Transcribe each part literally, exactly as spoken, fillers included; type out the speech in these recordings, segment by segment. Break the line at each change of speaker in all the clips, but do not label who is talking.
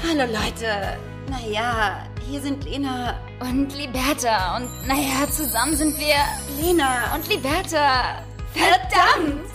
Hallo Leute, naja, hier sind Lena
und Liberta und naja, zusammen sind wir
Lena
und Liberta. Verdammt!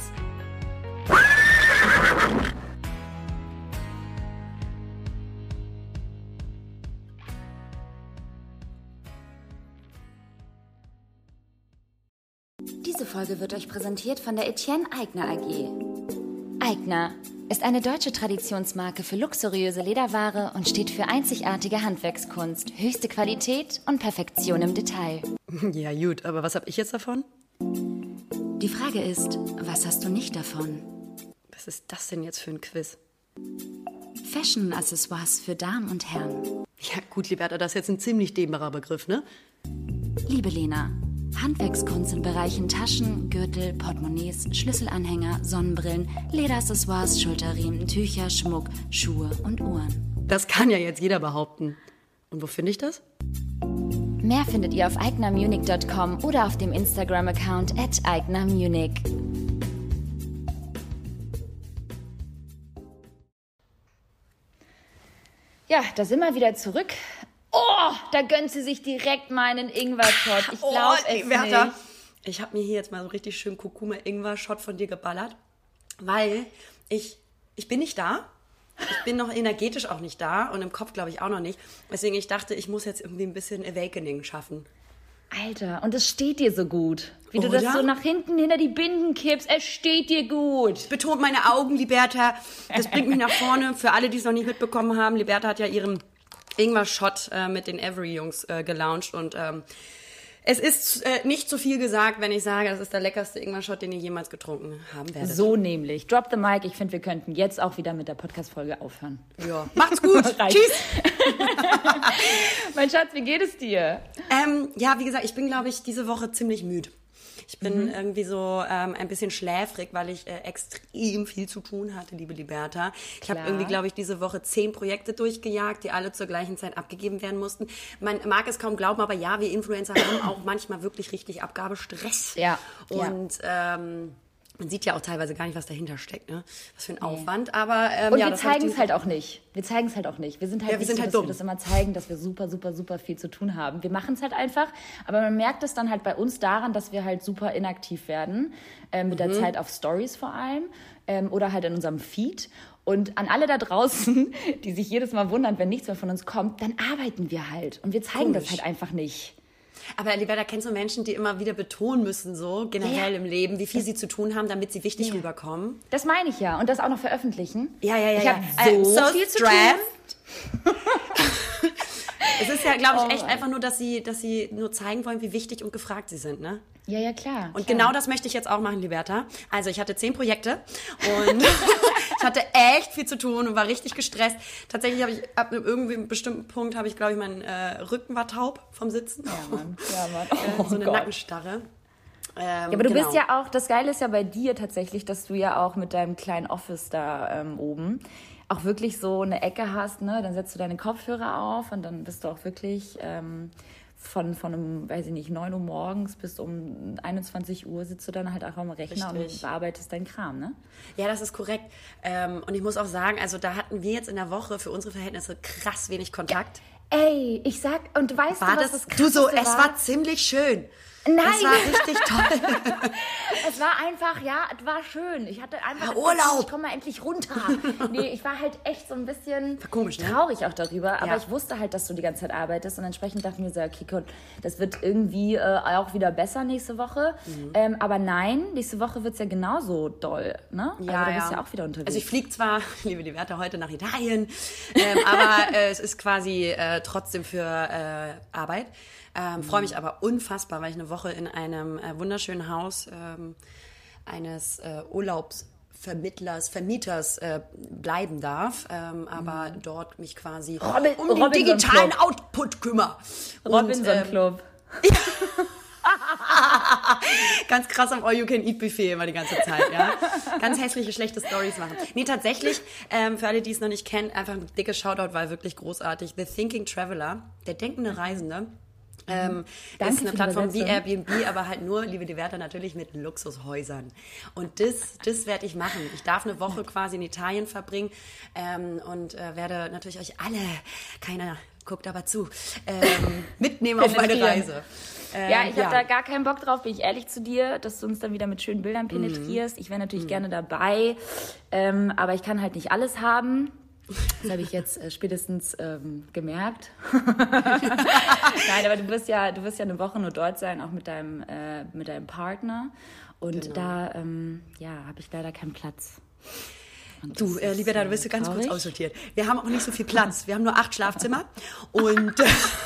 Diese Folge wird euch präsentiert von der Etienne Aigner A G. Aigner ist eine deutsche Traditionsmarke für luxuriöse Lederware und steht für einzigartige Handwerkskunst, höchste Qualität und Perfektion im Detail.
Ja gut, aber was habe ich jetzt davon?
Die Frage ist, was hast du nicht davon?
Was ist das denn jetzt für ein Quiz?
Fashion-Accessoires für Damen und Herren.
Ja gut, Liberta, das ist jetzt ein ziemlich dehnbarer Begriff, ne?
Liebe Lena, Handwerkskunst in Bereichen Taschen, Gürtel, Portemonnaies, Schlüsselanhänger, Sonnenbrillen, Lederaccessoires, Schulterriemen, Tücher, Schmuck, Schuhe und Uhren.
Das kann ja jetzt jeder behaupten. Und wo finde ich das?
Mehr findet ihr auf aigner munich punkt com oder auf dem Instagram-Account at aigner munich. Ja, da sind wir wieder zurück. Oh, da gönnt sie sich direkt meinen Ingwer-Shot. Ich glaube
oh,
es
Bertha,
nicht.
Ich habe mir hier jetzt mal so richtig schön Kurkuma-Ingwer-Shot von dir geballert, weil ich, ich bin nicht da. Ich bin noch energetisch auch nicht da und im Kopf glaube ich auch noch nicht. Deswegen ich dachte, ich muss jetzt irgendwie ein bisschen Awakening schaffen.
Alter, und es steht dir so gut. Wie
Oder?
du das so nach hinten hinter die Binden kippst. Es steht dir gut.
Betont meine Augen, Liberta. Das bringt mich nach vorne. Für alle, die es noch nicht mitbekommen haben, Liberta hat ja ihren Ingwer-Shot äh, mit den Avery-Jungs äh, gelauncht und ähm, es ist äh, nicht zu viel gesagt, wenn ich sage, das ist der leckerste Ingwer-Shot, den ihr jemals getrunken haben werdet.
So nämlich. Drop the mic. Ich finde, wir könnten jetzt auch wieder mit der Podcast-Folge aufhören.
Ja. Macht's gut. Tschüss.
Mein Schatz, wie geht es dir?
Ähm, ja, wie gesagt, ich bin, glaube ich, diese Woche ziemlich müde. Ich bin mhm. irgendwie so ähm, ein bisschen schläfrig, weil ich äh, extrem viel zu tun hatte, liebe Liberta. Ich habe irgendwie, glaube ich, diese Woche zehn Projekte durchgejagt, die alle zur gleichen Zeit abgegeben werden mussten. Man mag es kaum glauben, aber ja, wir Influencer haben auch manchmal wirklich richtig Abgabestress.
Ja.
Und
ja.
Ähm, man sieht ja auch teilweise gar nicht, was dahinter steckt, ne? Was für ein Aufwand. Aber ähm,
und
ja,
wir
das
zeigen es halt auch nicht. Wir zeigen es halt auch nicht. Wir sind halt
ja, wir
nicht
sind
so,
halt
dass
dumm.
wir das immer zeigen, dass wir super, super, super viel zu tun haben. Wir machen es halt einfach, aber man merkt es dann halt bei uns daran, dass wir halt super inaktiv werden, äh, mit mhm. der Zeit auf Stories vor allem ähm, oder halt in unserem Feed. Und an alle da draußen, die sich jedes Mal wundern, wenn nichts mehr von uns kommt, dann arbeiten wir halt. Und wir zeigen Komisch. das halt einfach nicht.
Aber Liberta, kennst du Menschen, die immer wieder betonen müssen, so generell ja. im Leben, wie viel das sie zu tun haben, damit sie wichtig ja. rüberkommen?
Das meine ich ja. Und das auch noch veröffentlichen.
Ja, ja, ja.
Ich
ja.
habe so, so viel zu tun.
Es ist ja, glaube ich,
oh,
echt einfach nur, dass sie, dass sie nur zeigen wollen, wie wichtig und gefragt sie sind, ne?
Ja, ja, klar.
Und
klar.
genau das möchte ich jetzt auch machen, Liberta. Also ich hatte zehn Projekte und ich hatte echt viel zu tun und war richtig gestresst. Tatsächlich habe ich, ab einem irgendwie einem bestimmten Punkt, habe ich, glaube ich, mein äh, Rücken war taub vom Sitzen.
Ja, Mann. Ja, Mann.
Oh, so eine
Gott.
Nackenstarre. Ähm,
ja, aber du
genau.
bist ja auch, das Geile ist ja bei dir tatsächlich, dass du ja auch mit deinem kleinen Office da ähm, oben auch wirklich so eine Ecke hast, ne? Dann setzt du deine Kopfhörer auf und dann bist du auch wirklich ähm, von, von um, weiß ich nicht, neun Uhr morgens bis um einundzwanzig Uhr sitzt du dann halt auch am Rechner Richtig. und bearbeitest deinen Kram, ne?
Ja, das ist korrekt. Ähm, und ich muss auch sagen, also da hatten wir jetzt in der Woche für unsere Verhältnisse krass wenig Kontakt.
Ja. Ey, ich sag, und weißt
war
du, was
das,
das
Du so,
war?
es war ziemlich schön.
Nein.
Es war richtig toll.
Es war einfach, ja, es war schön. Ich hatte einfach...
Ja, Urlaub.
Ich komme mal endlich runter. Nee, ich war halt echt so ein bisschen
komisch, ne?
traurig auch darüber. Aber
ja.
ich wusste halt, dass du die ganze Zeit arbeitest. Und entsprechend dachte ich mir so, okay, gut, das wird irgendwie äh, auch wieder besser nächste Woche. Mhm. Ähm, aber nein, nächste Woche wird es ja genauso doll. Ne?
Ja,
also du bist
ja.
ja auch wieder unterwegs.
Also ich fliege zwar, liebe Liberta, heute nach Italien, ähm, aber äh, es ist quasi äh, trotzdem für äh, Arbeit. Ähm, freue mich aber unfassbar, weil ich eine Woche in einem äh, wunderschönen Haus ähm, eines äh, Urlaubsvermittlers, Vermieters äh, bleiben darf, ähm, aber mhm. dort mich quasi
Robin,
um den
Robinson
digitalen
Club.
Output kümmere.
Robinson ähm, Club.
Ganz krass am All-You-Can-Eat-Buffet immer die ganze Zeit, ja. Ganz hässliche, schlechte Storys machen. Nee, tatsächlich, ähm, für alle, die es noch nicht kennen, einfach ein dickes Shoutout, weil wirklich großartig. The Thinking Traveler, der denkende Reisende, Ähm,
Danke
ist eine
für die
Plattform wie
Übersetzung.
Airbnb, aber halt nur, liebe Diverta, natürlich mit Luxushäusern. Und das, das werde ich machen. Ich darf eine Woche quasi in Italien verbringen ähm, und äh, werde natürlich euch alle, keiner guckt aber zu, ähm, mitnehmen auf meine
Penetrieren.
Reise. Ähm,
Ja, ich habe da gar keinen Bock drauf, bin ich ehrlich zu dir, dass du uns dann wieder mit schönen Bildern
Mhm.
penetrierst. Ich wäre natürlich gerne dabei, ähm, aber ich kann halt nicht alles haben. Das habe ich jetzt äh, spätestens ähm, gemerkt. Nein, aber du wirst ja, du wirst ja eine Woche nur dort sein, auch mit deinem, äh, mit deinem Partner. Und
Genau.
da, ähm, ja, habe ich leider keinen Platz. Und
Du,
das
äh,
ist,
Liberta, du
äh,
bist so ganz
traurig.
kurz aussortiert. Wir haben auch nicht so viel Platz. Wir haben nur acht Schlafzimmer und äh,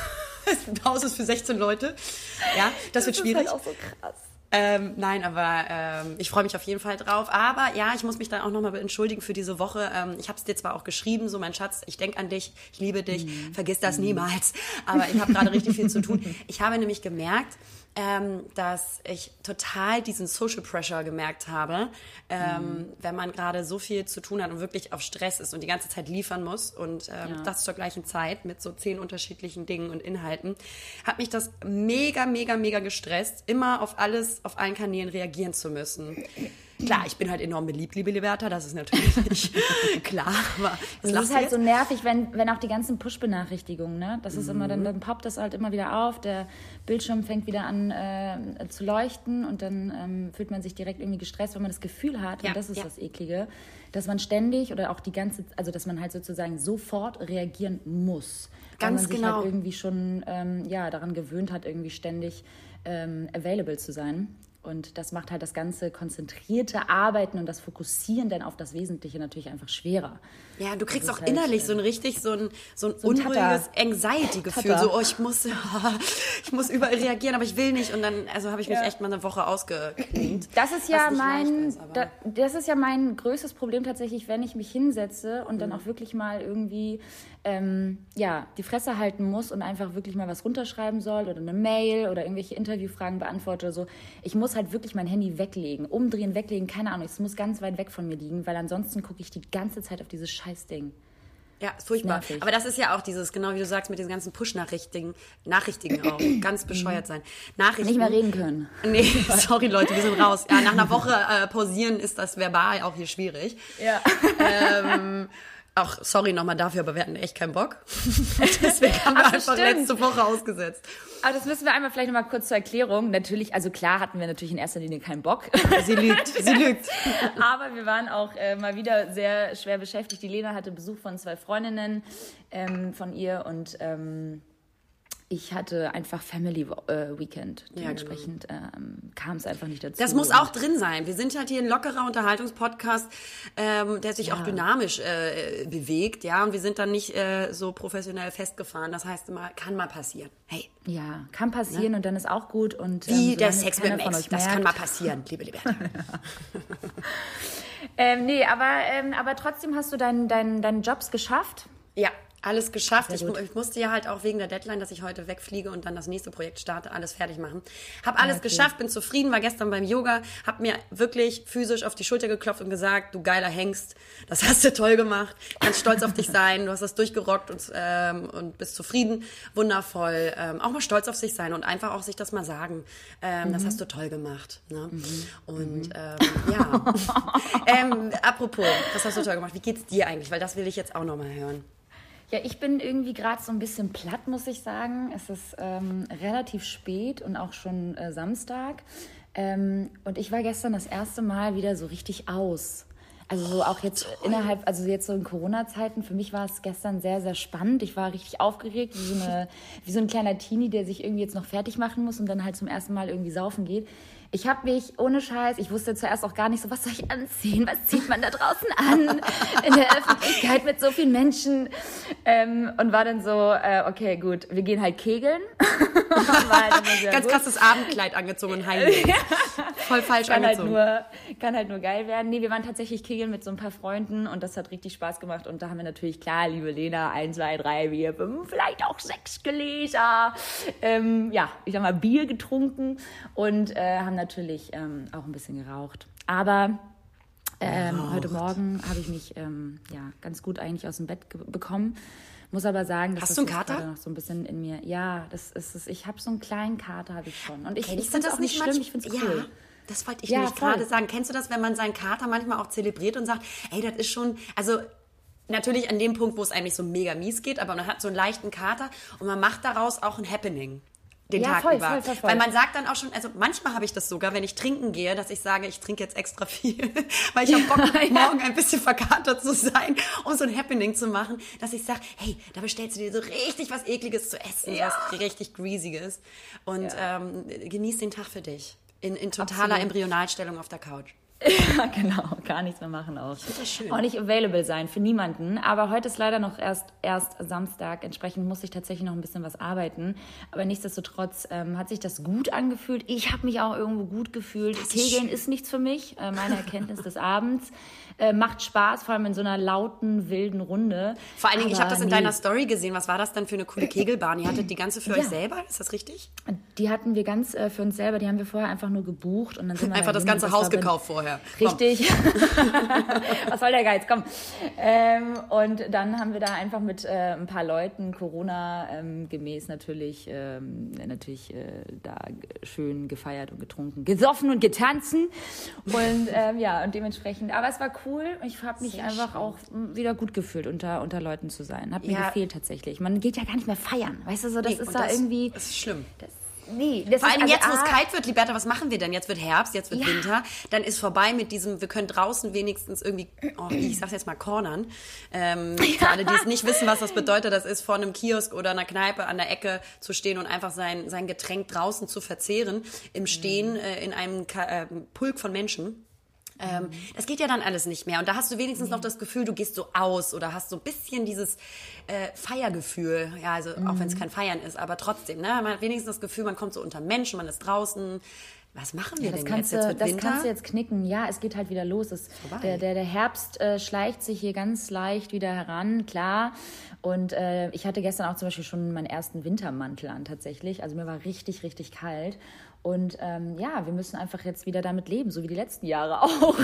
das Haus ist für sechzehn Leute. Ja, das wird
Das
schwierig.
ist halt auch so krass.
Ähm, nein, aber ähm, ich freue mich auf jeden Fall drauf. Aber ja, ich muss mich dann auch nochmal entschuldigen für diese Woche. Ähm, ich habe es dir zwar auch geschrieben, so mein Schatz, ich denke an dich, ich liebe dich,
Mhm.
vergiss das niemals. Aber ich habe gerade richtig viel zu tun. Ich habe nämlich gemerkt, ähm, dass ich total diesen Social Pressure gemerkt habe, ähm,
Mhm.
wenn man gerade so viel zu tun hat und wirklich auf Stress ist und die ganze Zeit liefern muss und ähm,
Ja.
das zur gleichen Zeit mit so zehn unterschiedlichen Dingen und Inhalten, hat mich das mega, mega, mega gestresst, immer auf alles, auf allen Kanälen reagieren zu müssen. Klar, ich bin halt enorm beliebt, liebe Liberta, das ist natürlich nicht klar, aber was
Es
lachst
ist
du
halt
jetzt?
so nervig, wenn, wenn auch die ganzen Push-Benachrichtigungen, ne? Das ist immer,
Mhm.
dann, dann poppt das halt immer wieder auf, der Bildschirm fängt wieder an äh, zu leuchten und dann ähm, fühlt man sich direkt irgendwie gestresst, weil man das Gefühl hat,
Ja,
und das ist
ja.
das Eklige, dass man ständig oder auch die ganze, also dass man halt sozusagen sofort reagieren muss. Weil
Ganz
man sich
genau.
halt irgendwie schon ähm, ja, daran gewöhnt hat, irgendwie ständig ähm, available zu sein. Und das macht halt das ganze konzentrierte Arbeiten und das Fokussieren dann auf das Wesentliche natürlich einfach schwerer.
Ja, du kriegst
Das
auch
ist halt,
innerlich so ein richtig, so ein, so ein
so ein
unruhiges
Tatter.
Anxiety-Gefühl.
Tatter.
So, oh, ich muss, ich muss überall reagieren, aber ich will nicht. Und dann, also habe ich mich
Ja.
echt mal eine Woche ausgeklingt.
Das ist ja
was nicht
mein,
leicht ist, aber-
da, das ist ja mein größtes Problem tatsächlich, wenn ich mich hinsetze und dann
Mhm.
auch wirklich mal irgendwie ähm, ja, die Fresse halten muss und einfach wirklich mal was runterschreiben soll oder eine Mail oder irgendwelche Interviewfragen beantworte oder so. Ich muss halt wirklich mein Handy weglegen, umdrehen, weglegen, keine Ahnung. Es muss ganz weit weg von mir liegen, weil ansonsten gucke ich die ganze Zeit auf dieses Scheißding.
Ja, ist furchtbar.
Nervig.
Aber das ist ja auch dieses, genau wie du sagst, mit diesen ganzen Push-Nachrichtigen, Nachrichtigen auch, ganz bescheuert sein. Nachrichten.
Nicht mehr reden können.
Nee, sorry Leute, wir sind raus. Ja, nach einer Woche äh, pausieren ist das verbal auch hier schwierig.
Ja.
Ähm, auch sorry nochmal dafür, aber wir hatten echt keinen Bock. Deswegen haben wir
Ach so,
einfach
stimmt.
letzte Woche ausgesetzt.
Aber das müssen wir einmal vielleicht nochmal kurz zur Erklärung. Natürlich, also klar hatten wir natürlich in erster Linie keinen Bock.
Sie lügt, sie lügt.
Aber wir waren auch äh, mal wieder sehr schwer beschäftigt. Die Lena hatte Besuch von zwei Freundinnen ähm, von ihr und ähm, ich hatte einfach Family äh, Weekend.
Ja,
Dementsprechend ähm, kam es einfach nicht dazu.
Das muss auch drin sein. Wir sind halt hier ein lockerer Unterhaltungspodcast, ähm, der sich
Ja.
auch dynamisch äh, bewegt, ja. Und wir sind dann nicht äh, so professionell festgefahren. Das heißt immer, kann mal passieren. Hey,
Ja, kann passieren und dann ist auch gut. Und,
wie
ähm,
der
solange
Sex mit
keiner
dem
von
Ex.
euch
Das
merkt-
kann mal passieren, liebe Liberta.
Ähm, nee, aber, ähm, aber trotzdem hast du deinen dein, deinen Jobs geschafft.
Ja, alles geschafft.
Sehr
Ich,
gut.
ich musste ja halt auch wegen der Deadline, dass ich heute wegfliege und dann das nächste Projekt starte, alles fertig machen. Hab alles
okay.
geschafft, bin zufrieden, war gestern beim Yoga, hab mir wirklich physisch auf die Schulter geklopft und gesagt, du geiler Hengst, das hast du toll gemacht, kannst stolz auf dich sein, du hast das durchgerockt und, ähm, und bist zufrieden, wundervoll. Ähm, auch mal stolz auf sich sein und einfach auch sich das mal sagen, ähm,
Mhm.
das hast du toll gemacht. Ne? Und ähm, ja, ähm, apropos, das hast du toll gemacht, wie geht's dir eigentlich? Weil das will ich jetzt auch nochmal hören.
Ja, ich bin irgendwie gerade so ein bisschen platt, muss ich sagen. Es ist ähm, relativ spät und auch schon äh, Samstag. Ähm, und ich war gestern das erste Mal wieder so richtig aus. Also so auch jetzt innerhalb, also jetzt so in Corona-Zeiten, für mich war es gestern sehr, sehr spannend. Ich war richtig aufgeregt, wie so, eine, wie so ein kleiner Teenie, der sich irgendwie jetzt noch fertig machen muss und dann halt zum ersten Mal irgendwie saufen geht. Ich habe mich ohne Scheiß, ich wusste zuerst auch gar nicht so, was soll ich anziehen? Was zieht man da draußen an in der Öffentlichkeit mit so vielen Menschen? Ähm, und war dann so, äh, okay, gut, wir gehen halt kegeln. War halt immer sehr
Ganz
gut.
krasses Abendkleid angezogen und heimlich. Voll falsch
Kann halt,
angezogen.
nur, kann halt nur geil werden. Nee, wir waren tatsächlich kegeln mit so ein paar Freunden und das hat richtig Spaß gemacht. Und da haben wir natürlich, klar, liebe Lena, eins, zwei, drei, vier, fünf, vielleicht auch sechs Gläser. Ähm, ja, ich sag mal, Bier getrunken und äh, haben natürlich ähm, auch ein bisschen geraucht. Aber ähm, heute Morgen habe ich mich ähm, ja, ganz gut eigentlich aus dem Bett ge- bekommen. Muss aber sagen, dass
Hast
das
du einen
ist
Kater?
gerade noch so ein bisschen in mir. Ja, das ist es. Ich habe so einen kleinen Kater, habe ich schon. Und ich,
Kennst
ich
du
finde
das
das auch nicht
nicht
schlimm,
manch-
ich finde es
Ja,
cool.
das wollte ich
Ja,
nämlich
voll.
gerade sagen. Kennst du das, wenn man seinen Kater manchmal auch zelebriert und sagt, ey, das ist schon, also natürlich an dem Punkt, wo es eigentlich so mega mies geht, aber man hat so einen leichten Kater und man macht daraus auch ein Happening. Den
Ja,
Tag
voll,
über.
voll, voll, voll.
Weil man sagt dann auch schon, also manchmal habe ich das sogar, wenn ich trinken gehe, dass ich sage, ich trinke jetzt extra viel, weil ich habe Bock,
Ja.
morgen ein bisschen verkatert zu sein, um so ein Happening zu machen, dass ich sage, hey, da bestellst du dir so richtig was Ekliges zu essen,
Ja.
was richtig Greasiges und
Ja.
ähm, genieß den Tag für dich. In, in totaler
Absolut.
Embryonalstellung auf der Couch.
Ja, genau, gar nichts mehr machen auch.
das schön.
Auch nicht available sein für niemanden. Aber heute ist leider noch erst, erst Samstag. Entsprechend muss ich tatsächlich noch ein bisschen was arbeiten. Aber nichtsdestotrotz ähm, hat sich das gut angefühlt. Ich habe mich auch irgendwo gut gefühlt.
ist
Kegeln
schön.
ist nichts für mich. Äh, meine Erkenntnis des Abends. Äh, macht Spaß, vor allem in so einer lauten, wilden Runde.
Vor allen Dingen, ich
Aber
habe das in
nee.
deiner Story gesehen. Was war das denn für eine coole Kegelbahn? Ihr hattet die ganze für
Ja.
euch selber? Ist das richtig?
Die hatten wir ganz äh, für uns selber. Die haben wir vorher einfach nur gebucht. Und dann sind wir
Einfach
dahin
das ganze
und
Haus
war bei-
gekauft vorher. Komm.
Richtig. Was soll der Geiz? Komm. Ähm, und dann haben wir da einfach mit äh, ein paar Leuten, Corona ähm, gemäß natürlich, ähm, natürlich äh, da g- schön gefeiert und getrunken, gesoffen und getanzen. Und ähm, ja, und dementsprechend, aber es war cool. Ich habe mich
Sehr
einfach
schön.
auch m, wieder gut gefühlt, unter, unter Leuten zu sein. Hat mir
Ja.
gefehlt tatsächlich. Man geht ja gar nicht mehr feiern. Weißt du, so, das
Nee,
ist
und
da
das
irgendwie.
Das ist schlimm.
Das, nee, das
Vor
ist
allen Dingen
also
jetzt, wo es
A,
kalt wird, Liberta, was machen wir denn? Jetzt wird Herbst, jetzt wird
Ja.
Winter. Dann ist vorbei mit diesem, wir können draußen wenigstens irgendwie, oh, ich sag's jetzt mal, cornern. Ähm, für alle, die es nicht wissen, was das bedeutet, das ist vor einem Kiosk oder einer Kneipe an der Ecke zu stehen und einfach sein, sein Getränk draußen zu verzehren, im Stehen äh, in einem Ka äh, Pulk von Menschen. Ähm, das geht ja dann alles nicht mehr. Und da hast du wenigstens noch das Gefühl, du gehst so aus oder hast so ein bisschen dieses äh, Feiergefühl. Ja, also auch wenn es kein Feiern ist, aber trotzdem, ne? Man hat wenigstens das Gefühl, man kommt so unter Menschen, man ist draußen. Was machen wir
Ja, das
denn
kannst,
jetzt? Jetzt
du,
wird
das
Winter.
kannst du jetzt knicken. Ja, es geht halt wieder los. Es,
Vorbei.
der, der, der Herbst äh, schleicht sich hier ganz leicht wieder heran, klar. Und äh, ich hatte gestern auch zum Beispiel schon meinen ersten Wintermantel an tatsächlich. Also mir war richtig, richtig kalt. Und ähm, ja, wir müssen einfach jetzt wieder damit leben, so wie die letzten Jahre auch.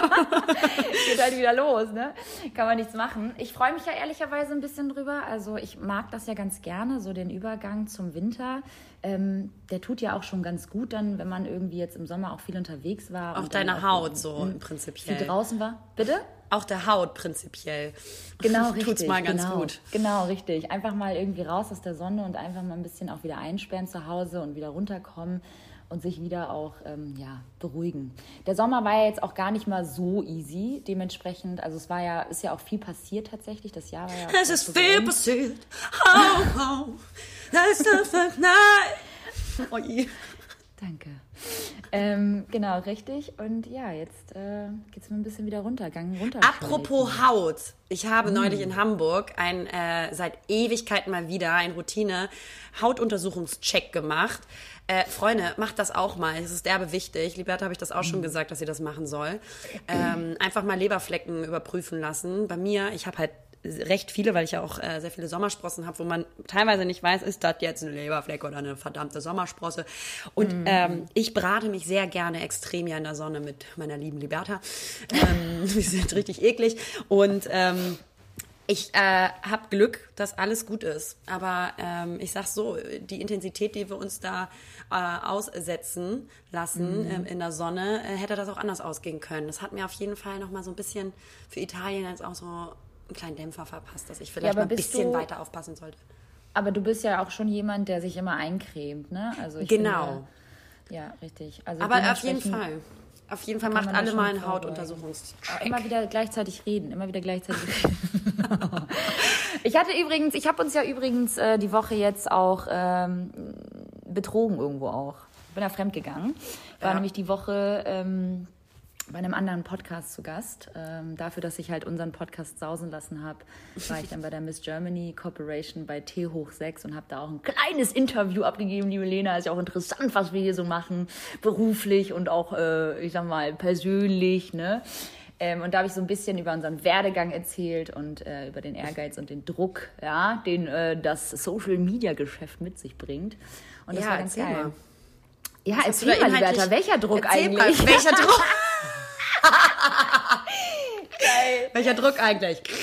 Geht halt wieder los, ne? Kann man nichts machen. Ich freue mich ja ehrlicherweise ein bisschen drüber. Also ich mag das ja ganz gerne, so den Übergang zum Winter. Ähm, der tut ja auch schon ganz gut dann, wenn man irgendwie jetzt im Sommer auch viel unterwegs war.
Auch
und dann
deine
auch
Haut so
m,
im
viel
prinzipiell.
draußen war. Bitte?
Auch der Haut prinzipiell.
Genau, richtig.
Tut's mal ganz
genau,
gut.
Genau, richtig. Einfach mal irgendwie raus aus der Sonne und einfach mal ein bisschen auch wieder einsperren zu Hause und wieder runterkommen und sich wieder auch ähm, ja, beruhigen. Der Sommer war ja jetzt auch gar nicht mal so easy. Dementsprechend, also es war ja, ist ja auch viel passiert tatsächlich. Das Jahr war ja auch
Es ist
sehr
viel
turbulent.
passiert. Oh, oh. Das ist das Nein. Oh je.
Danke. Ähm, genau, richtig. Und ja, jetzt äh, geht es mir ein bisschen wieder runter. Gang runter.
Apropos Haut. Ich habe neulich in Hamburg ein, äh, seit Ewigkeiten mal wieder ein Routine Hautuntersuchungscheck gemacht. Äh, Freunde, macht das auch mal. Es ist derbe wichtig. Liberta habe ich das auch schon gesagt, dass sie das machen soll. Ähm, einfach mal Leberflecken überprüfen lassen. Bei mir, ich habe halt recht viele, weil ich ja auch äh, sehr viele Sommersprossen habe, wo man teilweise nicht weiß, ist das jetzt ein Leberfleck oder eine verdammte Sommersprosse. Und mm. ähm, ich brate mich sehr gerne extrem ja in der Sonne mit meiner lieben Liberta. Ähm, wir sind richtig eklig. Und ähm, ich äh, habe Glück, dass alles gut ist. Aber ähm, ich sag so, die Intensität, die wir uns da äh, aussetzen lassen mm. ähm, in der Sonne, äh, hätte das auch anders ausgehen können. Das hat mir auf jeden Fall noch mal so ein bisschen für Italien jetzt auch so einen kleinen Dämpfer verpasst, dass ich vielleicht
Ja,
mal ein
bist
bisschen
du-
weiter aufpassen sollte.
Aber du bist ja auch schon jemand, der sich immer eincremt, ne? Also ich
Genau.
Finde, ja, richtig. Also
Aber auf jeden
dementsprechend
Fall. Auf jeden Fall
kann
macht
man da
alle
schon
mal einen
vorbeugen.
Hautuntersuchungscheck.
Immer wieder gleichzeitig reden, immer wieder gleichzeitig reden. Ich hatte übrigens, ich habe uns ja übrigens äh, die Woche jetzt auch ähm, betrogen irgendwo auch. Bin da fremdgegangen. War
Ja.
nämlich die Woche ähm, bei einem anderen Podcast zu Gast. Ähm, dafür, dass ich halt unseren Podcast sausen lassen habe, war ich dann bei der Miss Germany Corporation bei T hoch sechs und habe da auch ein kleines Interview abgegeben, liebe Lena. Ist ja auch interessant, was wir hier so machen, beruflich und auch, äh, ich sag mal, persönlich, ne? Ähm, und da habe ich so ein bisschen über unseren Werdegang erzählt und äh, über den Ehrgeiz und den Druck, ja, den äh, das Social-Media-Geschäft mit sich bringt. Und das
Ja,
war ganz
erzähl
geil.
mal.
Ja,
Hast du
erzähl
da
mal,
inhaltlich-
Liberta, welcher Druck
Erzähl
eigentlich?
Mal, welcher Druck? Welcher Druck eigentlich?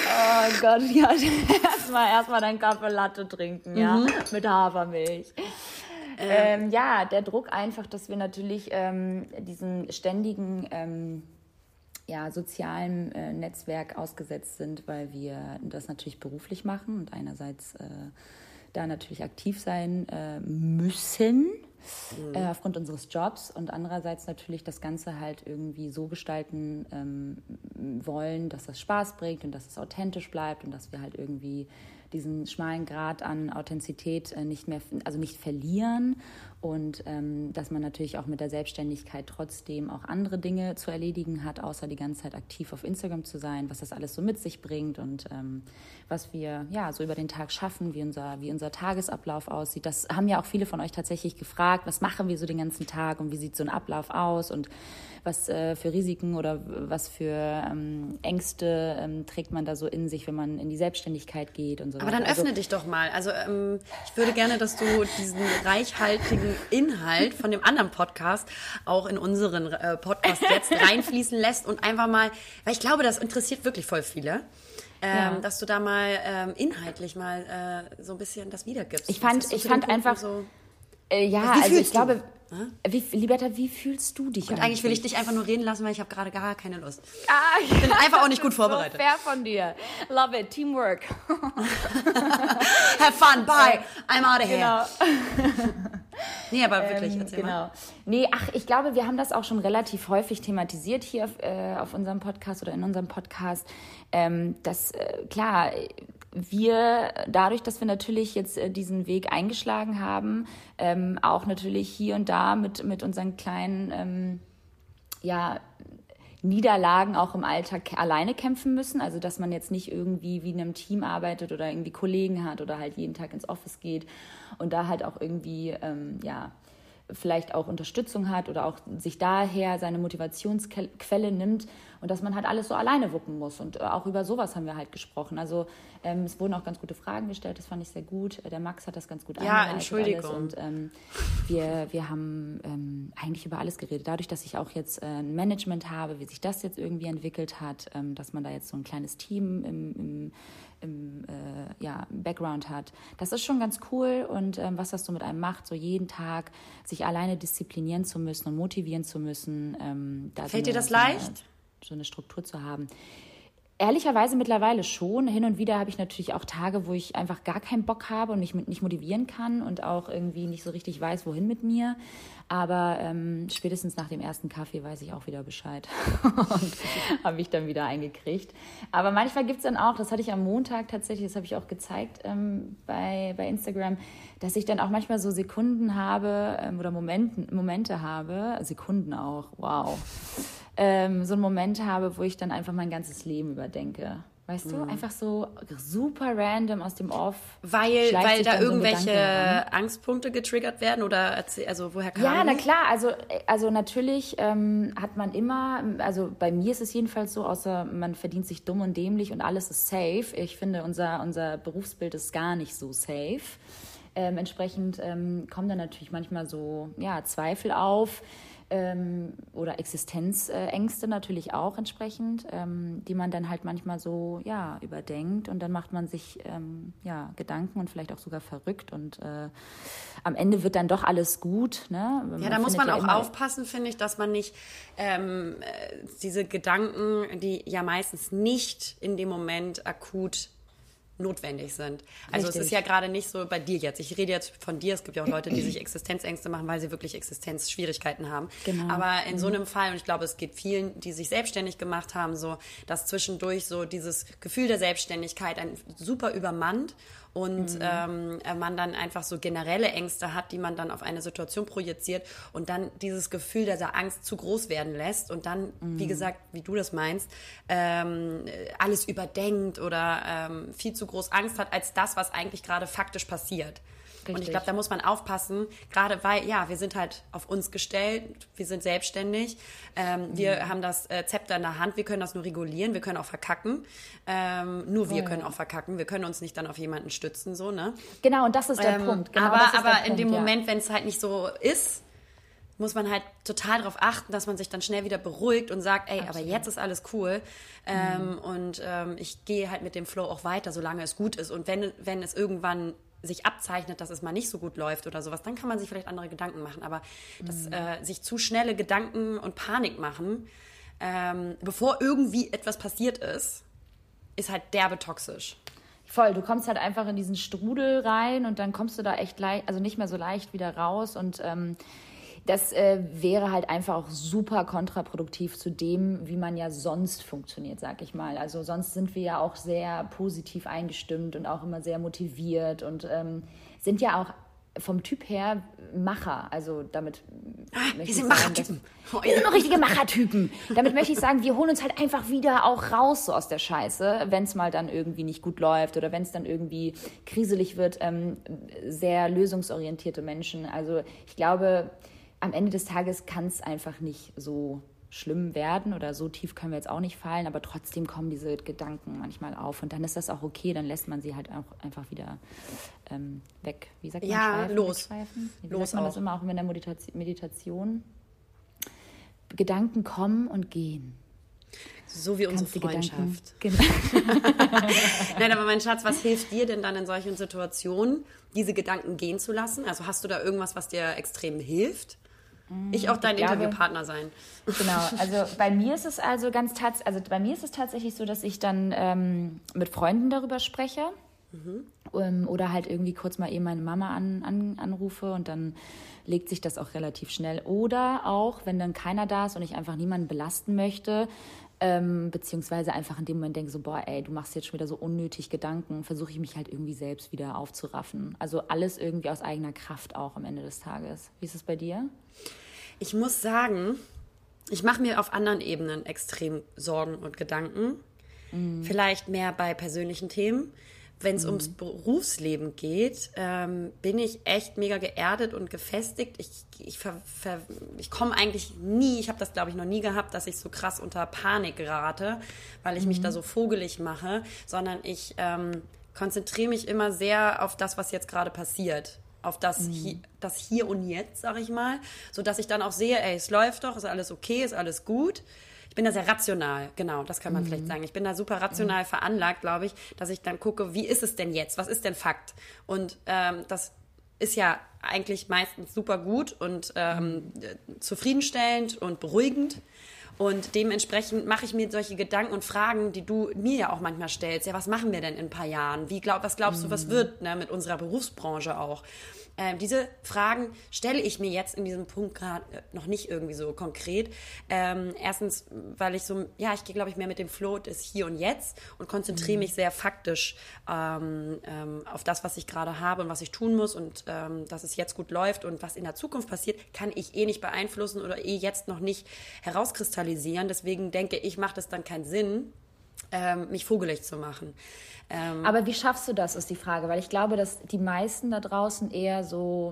Oh Gott, ja, erstmal erstmal deinen Kaffee Latte trinken, ja, mhm. mit Hafermilch. Ähm. Ähm, ja, der Druck einfach, dass wir natürlich ähm, diesen ständigen ähm, ja, sozialen äh, Netzwerk ausgesetzt sind, weil wir das natürlich beruflich machen und einerseits äh, da natürlich aktiv sein äh, müssen, mhm. äh, aufgrund unseres Jobs und andererseits natürlich das Ganze halt irgendwie so gestalten ähm, wollen, dass das Spaß bringt und dass es authentisch bleibt und dass wir halt irgendwie diesen schmalen Grad an Authentizität äh, nicht mehr, also nicht verlieren und ähm, dass man natürlich auch mit der Selbstständigkeit trotzdem auch andere Dinge zu erledigen hat, außer die ganze Zeit aktiv auf Instagram zu sein, was das alles so mit sich bringt und ähm, was wir ja so über den Tag schaffen, wie unser, wie unser Tagesablauf aussieht. Das haben ja auch viele von euch tatsächlich gefragt, was machen wir so den ganzen Tag und wie sieht so ein Ablauf aus und was äh, für Risiken oder was für ähm, Ängste ähm, trägt man da so in sich, wenn man in die Selbstständigkeit geht und so.
Aber dann öffne also, dich doch mal. Also ähm, ich würde gerne, dass du diesen reichhaltigen Inhalt von dem anderen Podcast auch in unseren äh, Podcast jetzt reinfließen lässt und einfach mal, weil ich glaube, das interessiert wirklich voll viele. Ähm, ja. Dass du da mal ähm, inhaltlich mal äh, so ein bisschen das wiedergibst.
Ich fand, ich fand einfach, so, äh, ja, also ich glaube, du? Wie, Liberta, wie fühlst du dich
Und eigentlich? eigentlich will ich dich einfach nur reden lassen, weil ich habe gerade gar keine Lust.
Ah,
ich bin einfach auch nicht gut vorbereitet.
So fair von dir. Love it. Teamwork.
Have fun. Bye. I'm out of here. Genau. Nee, aber wirklich,
ähm,
erzähl
genau.
mal.
Nee, ach, ich glaube, wir haben das auch schon relativ häufig thematisiert hier auf, äh, auf unserem Podcast oder in unserem Podcast. Ähm, dass, äh, klar, wir, dadurch, dass wir natürlich jetzt äh, diesen Weg eingeschlagen haben, ähm, auch natürlich hier und da mit, mit unseren kleinen, ähm, ja, Niederlagen auch im Alltag alleine kämpfen müssen. Also, dass man jetzt nicht irgendwie wie in einem Team arbeitet oder irgendwie Kollegen hat oder halt jeden Tag ins Office geht und da halt auch irgendwie, ähm, ja, vielleicht auch Unterstützung hat oder auch sich daher seine Motivationsquelle nimmt und dass man halt alles so alleine wuppen muss. Und auch über sowas haben wir halt gesprochen. Also ähm, es wurden auch ganz gute Fragen gestellt, das fand ich sehr gut. Der Max hat das ganz gut
ja, Entschuldigung.
Alles. Und ähm, wir, wir haben ähm, eigentlich über alles geredet. Dadurch, dass ich auch jetzt äh, ein Management habe, wie sich das jetzt irgendwie entwickelt hat, ähm, dass man da jetzt so ein kleines Team im, im im äh, ja, Background hat. Das ist schon ganz cool und ähm, was das so mit einem macht, so jeden Tag sich alleine disziplinieren zu müssen und motivieren zu müssen. Ähm, da
Fällt
so
dir das
so
leicht?
Eine, so eine Struktur zu haben. Ehrlicherweise mittlerweile schon. Hin und wieder habe ich natürlich auch Tage, wo ich einfach gar keinen Bock habe und mich nicht motivieren kann und auch irgendwie nicht so richtig weiß, wohin mit mir. Aber ähm, spätestens nach dem ersten Kaffee weiß ich auch wieder Bescheid und habe mich dann wieder eingekriegt. Aber manchmal gibt es dann auch, das hatte ich am Montag tatsächlich, das habe ich auch gezeigt ähm, bei, bei Instagram, dass ich dann auch manchmal so Sekunden habe ähm, oder Momenten, Momente habe, Sekunden auch, wow, ähm, so einen Moment habe, wo ich dann einfach mein ganzes Leben überdenke. Weißt du, mhm. einfach so super random aus dem Off.
Weil, weil da irgendwelche so Angstpunkte getriggert werden oder erzähl, also woher kam
Ja,
die?
na klar, also, also natürlich ähm, hat man immer, also bei mir ist es jedenfalls so, außer man verdient sich dumm und dämlich und alles ist safe. Ich finde, unser, unser Berufsbild ist gar nicht so safe. Ähm, entsprechend ähm, kommen dann natürlich manchmal so ja, Zweifel auf. Ähm, oder Existenzängste natürlich auch entsprechend, ähm, die man dann halt manchmal so ja überdenkt und dann macht man sich ähm, ja Gedanken und vielleicht auch sogar verrückt und äh, am Ende wird dann doch alles gut. Ne?
Man ja, da muss man ja auch aufpassen, finde ich, dass man nicht ähm, diese Gedanken, die ja meistens nicht in dem Moment akut notwendig sind. Also Richtig. Es ist ja gerade nicht so bei dir jetzt. Ich rede jetzt von dir. Es gibt ja auch Leute, die sich Existenzängste machen, weil sie wirklich Existenzschwierigkeiten haben. Genau. Aber in mhm. so einem Fall, und ich glaube, es geht vielen, die sich selbstständig gemacht haben, so, dass zwischendurch so dieses Gefühl der Selbstständigkeit ein super übermannt und mhm. ähm, man dann einfach so generelle Ängste hat, die man dann auf eine Situation projiziert und dann dieses Gefühl dieser Angst zu groß werden lässt und dann, mhm. wie gesagt, wie du das meinst, ähm, alles überdenkt oder ähm, viel zu groß Angst hat als das, was eigentlich gerade faktisch passiert. Richtig. Und ich glaube, da muss man aufpassen, gerade weil, ja, wir sind halt auf uns gestellt, wir sind selbstständig, ähm, mhm. wir haben das äh, Zepter in der Hand, wir können das nur regulieren, wir können auch verkacken, ähm, nur wir oh, können ja. auch verkacken, wir können uns nicht dann auf jemanden stützen, so, ne?
Genau, und das ist der
ähm,
Punkt. Genau,
aber
das ist
aber
der
in
Punkt,
dem
ja.
Moment, wenn es halt nicht so ist, muss man halt total darauf achten, dass man sich dann schnell wieder beruhigt und sagt, ey, Absolut. aber jetzt ist alles cool. Ähm, mhm. Und ähm, ich gehe halt mit dem Flow auch weiter, solange es gut ist. Und wenn, wenn es irgendwann sich abzeichnet, dass es mal nicht so gut läuft oder sowas, dann kann man sich vielleicht andere Gedanken machen. Aber mhm. das, äh, sich zu schnelle Gedanken und Panik machen, ähm, bevor irgendwie etwas passiert ist, ist halt derbe toxisch.
Voll, du kommst halt einfach in diesen Strudel rein und dann kommst du da echt leicht, also nicht mehr so leicht wieder raus und ähm, das äh, wäre halt einfach auch super kontraproduktiv zu dem, wie man ja sonst funktioniert, sag ich mal. Also sonst sind wir ja auch sehr positiv eingestimmt und auch immer sehr motiviert und ähm, sind ja auch vom Typ her Macher. Also damit
ah, wir sind Machertypen.
Oh, wir sind noch richtige Machertypen. Damit möchte ich sagen, wir holen uns halt einfach wieder auch raus so aus der Scheiße, wenn es mal dann irgendwie nicht gut läuft oder wenn es dann irgendwie kriselig wird. Ähm, sehr lösungsorientierte Menschen. Also ich glaube, am Ende des Tages kann es einfach nicht so schlimm werden oder so tief können wir jetzt auch nicht fallen, aber trotzdem kommen diese Gedanken manchmal auf und dann ist das auch okay, dann lässt man sie halt auch einfach wieder ähm, weg. Wie sagt man?
Ja,
schweifen,
los.
Wie
los
sagt man
auch.
das immer auch in der Medita- Meditation? Gedanken kommen und gehen.
So wie unsere Freundschaft.
Gedanken, genau.
Nein, aber mein Schatz, was hilft dir denn dann in solchen Situationen, diese Gedanken gehen zu lassen? Also hast du da irgendwas, was dir extrem hilft? Ich auch dein ich glaube, Interviewpartner sein.
Genau, also bei mir ist es also ganz tats- also bei mir ist es tatsächlich so, dass ich dann ähm, mit Freunden darüber spreche mhm. um, oder halt irgendwie kurz mal eben meine Mama an, an, anrufe und dann legt sich das auch relativ schnell. Oder auch, wenn dann keiner da ist und ich einfach niemanden belasten möchte, ähm, beziehungsweise einfach in dem Moment denke so, boah, ey, du machst jetzt schon wieder so unnötig Gedanken, versuche ich mich halt irgendwie selbst wieder aufzuraffen. Also alles irgendwie aus eigener Kraft auch am Ende des Tages. Wie ist es bei dir?
Ich muss sagen, ich mache mir auf anderen Ebenen extrem Sorgen und Gedanken. Mm. Vielleicht mehr bei persönlichen Themen. Wenn es mm. ums Berufsleben geht, ähm, bin ich echt mega geerdet und gefestigt. Ich, ich, ver, ver, ich komme eigentlich nie, ich habe das glaube ich noch nie gehabt, dass ich so krass unter Panik gerate, weil ich mm. mich da so vogelig mache, sondern ich ähm, konzentriere mich immer sehr auf das, was jetzt gerade passiert. Auf das, mhm. hier, das Hier und Jetzt, sag ich mal, sodass ich dann auch sehe, ey, es läuft doch, ist alles okay, ist alles gut. Ich bin da sehr rational, genau, das kann man mhm. vielleicht sagen. Ich bin da super rational mhm. veranlagt, glaube ich, dass ich dann gucke, wie ist es denn jetzt, was ist denn Fakt? Und ähm, das ist ja eigentlich meistens super gut und ähm, zufriedenstellend und beruhigend. Und dementsprechend mache ich mir solche Gedanken und Fragen, die du mir ja auch manchmal stellst. Ja, was machen wir denn in ein paar Jahren? Wie glaub, was glaubst du, was wird, ne, mit unserer Berufsbranche auch? Ähm, diese Fragen stelle ich mir jetzt in diesem Punkt gerade noch nicht irgendwie so konkret. Ähm, erstens, weil ich so, ja, ich gehe, glaube ich, mehr mit dem Flow des Hier und Jetzt und konzentriere mhm. mich sehr faktisch ähm, ähm, auf das, was ich gerade habe und was ich tun muss und ähm, dass es jetzt gut läuft und was in der Zukunft passiert, kann ich eh nicht beeinflussen oder eh jetzt noch nicht herauskristallisieren. Deswegen denke ich, macht es dann keinen Sinn, ähm, mich vogelig zu machen. Ähm,
Aber wie schaffst du das, ist die Frage, weil ich glaube, dass die meisten da draußen eher so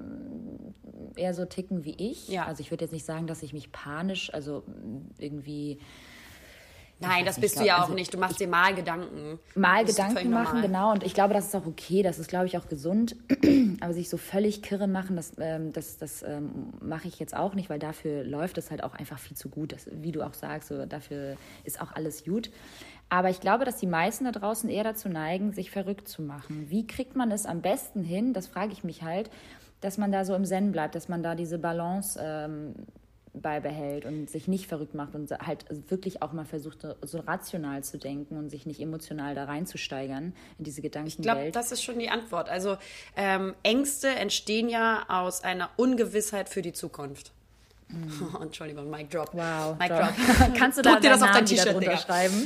eher so ticken wie ich.
Ja.
Also ich würde jetzt nicht sagen, dass ich mich panisch, also irgendwie...
Nein, das bist du ja auch nicht. Du machst dir mal Gedanken.
Mal Gedanken machen, genau. Und ich glaube, das ist auch okay. Das ist, glaube ich, auch gesund. Aber sich so völlig kirre machen, das, ähm, das, das ähm, mache ich jetzt auch nicht, weil dafür läuft es halt auch einfach viel zu gut. Das, wie du auch sagst, so, dafür ist auch alles gut. Aber ich glaube, dass die meisten da draußen eher dazu neigen, sich verrückt zu machen. Wie kriegt man es am besten hin, das frage ich mich halt, dass man da so im Zen bleibt, dass man da diese Balance ähm, beibehält und sich nicht verrückt macht und halt wirklich auch mal versucht, so rational zu denken und sich nicht emotional da reinzusteigern in diese Gedankenwelt.
Ich glaube, das ist schon die Antwort. Also ähm, Ängste entstehen ja aus einer Ungewissheit für die Zukunft. Mm. Oh, Entschuldigung, Mic Drop.
Wow.
Mic Drop.
Kannst du da
dir das auf dein
T-Shirt
drunter
schreiben?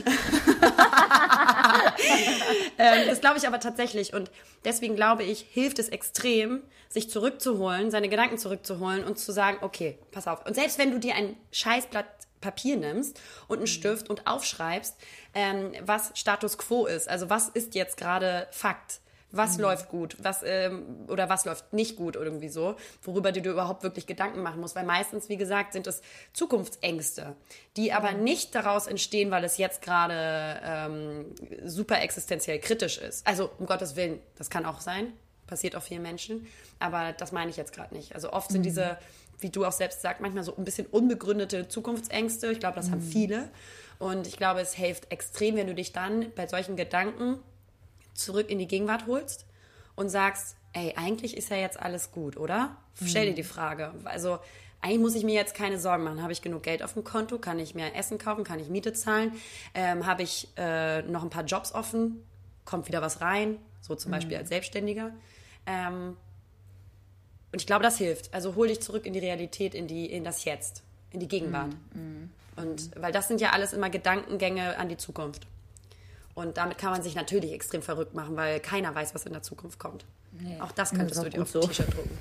ähm, das glaube ich aber tatsächlich. Und deswegen glaube ich, hilft es extrem, sich zurückzuholen, seine Gedanken zurückzuholen und zu sagen, okay, pass auf. Und selbst wenn du dir ein Scheißblatt Papier nimmst und einen Stift und aufschreibst, ähm, was Status Quo ist, also was ist jetzt gerade Fakt? Was mhm. läuft gut, was ähm, oder was läuft nicht gut oder irgendwie so, worüber du dir überhaupt wirklich Gedanken machen musst. Weil meistens, wie gesagt, sind es Zukunftsängste, die aber mhm. nicht daraus entstehen, weil es jetzt gerade ähm, super existenziell kritisch ist. Also um Gottes Willen, das kann auch sein, passiert auch vielen Menschen, aber das meine ich jetzt gerade nicht. Also oft sind mhm. diese wie du auch selbst sagst, manchmal so ein bisschen unbegründete Zukunftsängste. Ich glaube, das mhm. haben viele. Und ich glaube, es hilft extrem, wenn du dich dann bei solchen Gedanken zurück in die Gegenwart holst und sagst, ey, eigentlich ist ja jetzt alles gut, oder? Mhm. Stell dir die Frage. Also eigentlich muss ich mir jetzt keine Sorgen machen. Habe ich genug Geld auf dem Konto? Kann ich mir Essen kaufen? Kann ich Miete zahlen? Ähm, habe ich äh, noch ein paar Jobs offen? Kommt wieder was rein? So zum mhm. Beispiel als Selbstständiger. Ähm, und ich glaube, das hilft. Also hol dich zurück in die Realität, in, die, in das Jetzt, in die Gegenwart. Mhm. Und weil das sind ja alles immer Gedankengänge an die Zukunft. Und damit kann man sich natürlich extrem verrückt machen, weil keiner weiß, was in der Zukunft kommt. Nee, auch das könntest du dir auf so. ein T-Shirt drucken.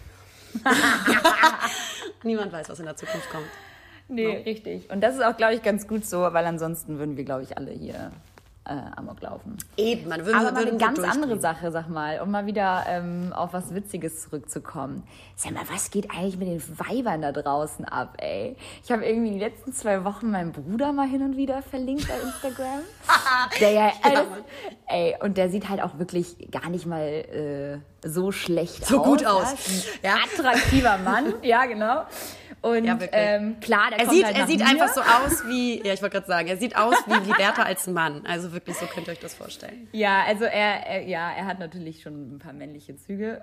Niemand weiß, was in der Zukunft kommt.
Nee, no. richtig. Und das ist auch, glaube ich, ganz gut so, weil ansonsten würden wir, glaube ich, alle hier äh, amok laufen.
Eben, man würde
Aber mal eine ganz andere Sache, sag mal, um mal wieder ähm, auf was Witziges zurückzukommen. Sag mal, was geht eigentlich mit den Weibern da draußen ab, ey? Ich habe irgendwie die letzten zwei Wochen meinen Bruder mal hin und wieder verlinkt bei Instagram. der ja, ey, das, ey, und der sieht halt auch wirklich gar nicht mal äh, so schlecht
so
aus.
So gut aus.
Ja. Attraktiver Mann, ja, genau. Und
ja,
ähm, klar, der
er
kommt
sieht,
halt
er
nach
sieht
mir.
einfach so aus wie, ja, ich wollte gerade sagen, er sieht aus wie Liberta als Mann. Also wirklich, so könnt ihr euch das vorstellen.
Ja, also er, er ja, er hat natürlich schon ein paar männliche Züge.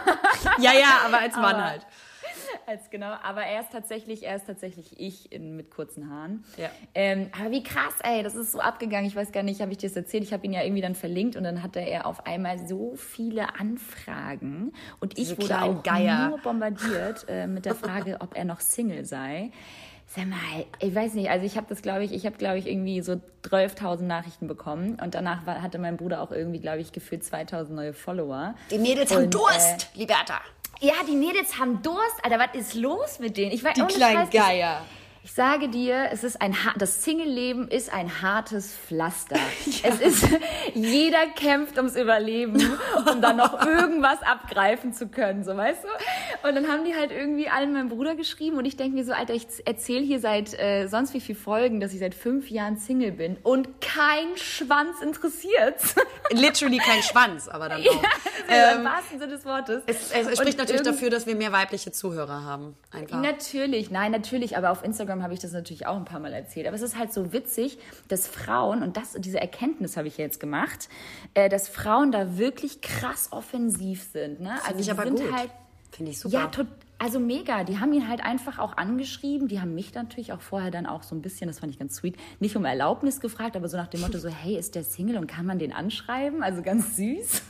ja, ja, aber als Mann
aber,
halt.
Als genau, aber er ist tatsächlich, er ist tatsächlich ich in, mit kurzen Haaren.
Ja.
Ähm, aber wie krass, ey, das ist so abgegangen. Ich weiß gar nicht, habe ich dir das erzählt? Ich habe ihn ja irgendwie dann verlinkt und dann hatte er auf einmal so viele Anfragen und ich
Diese
wurde auch
Geier.
nur bombardiert äh, mit der Frage, ob er noch Single sei. Sag mal, ich weiß nicht, also ich habe das, glaube ich, ich habe, glaube ich, irgendwie so zwölftausend Nachrichten bekommen und danach war, hatte mein Bruder auch irgendwie, glaube ich, gefühlt zweitausend neue Follower.
Die Mädels und, haben Durst, äh, Liberta.
Ja, die Mädels haben Durst. Alter, was ist los mit denen? Ich weiß,
die kleinen Geier.
Ich, ich sage dir, es ist ein das Single-Leben ist ein hartes Pflaster. Ja. Es ist, jeder kämpft ums Überleben, um dann noch irgendwas abgreifen zu können, so, weißt du? Und dann haben die halt irgendwie allen meinem Bruder geschrieben und ich denke mir so, Alter, ich erzähle hier seit äh, sonst wie viel Folgen, dass ich seit fünf Jahren Single bin und kein Schwanz interessiert's.
Literally kein Schwanz, aber dann auch.
Ja, ähm, im wahrsten Sinne des Wortes.
Es, es, es spricht natürlich dafür, dass wir mehr weibliche Zuhörer haben. Einfach.
Natürlich, nein, natürlich, aber auf Instagram habe ich das natürlich auch ein paar Mal erzählt. Aber es ist halt so witzig, dass Frauen, und das, diese Erkenntnis habe ich jetzt gemacht, äh, dass Frauen da wirklich krass offensiv sind. Ne?
Finde
also
ich aber
sind
gut.
Halt,
Finde ich super.
Ja, to- also mega. Die haben ihn halt einfach auch angeschrieben. Die haben mich natürlich auch vorher dann auch so ein bisschen, das fand ich ganz sweet, nicht um Erlaubnis gefragt, aber so nach dem Motto so, hey, ist der Single und kann man den anschreiben? Also ganz süß.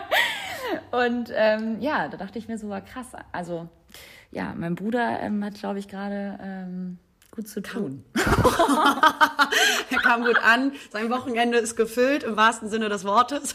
Und ähm, ja, da dachte ich mir so, war krass. Also ja, mein Bruder ähm, hat, glaube ich, gerade ähm, gut zu tun.
Er kam gut an, sein Wochenende ist gefüllt, im wahrsten Sinne des Wortes.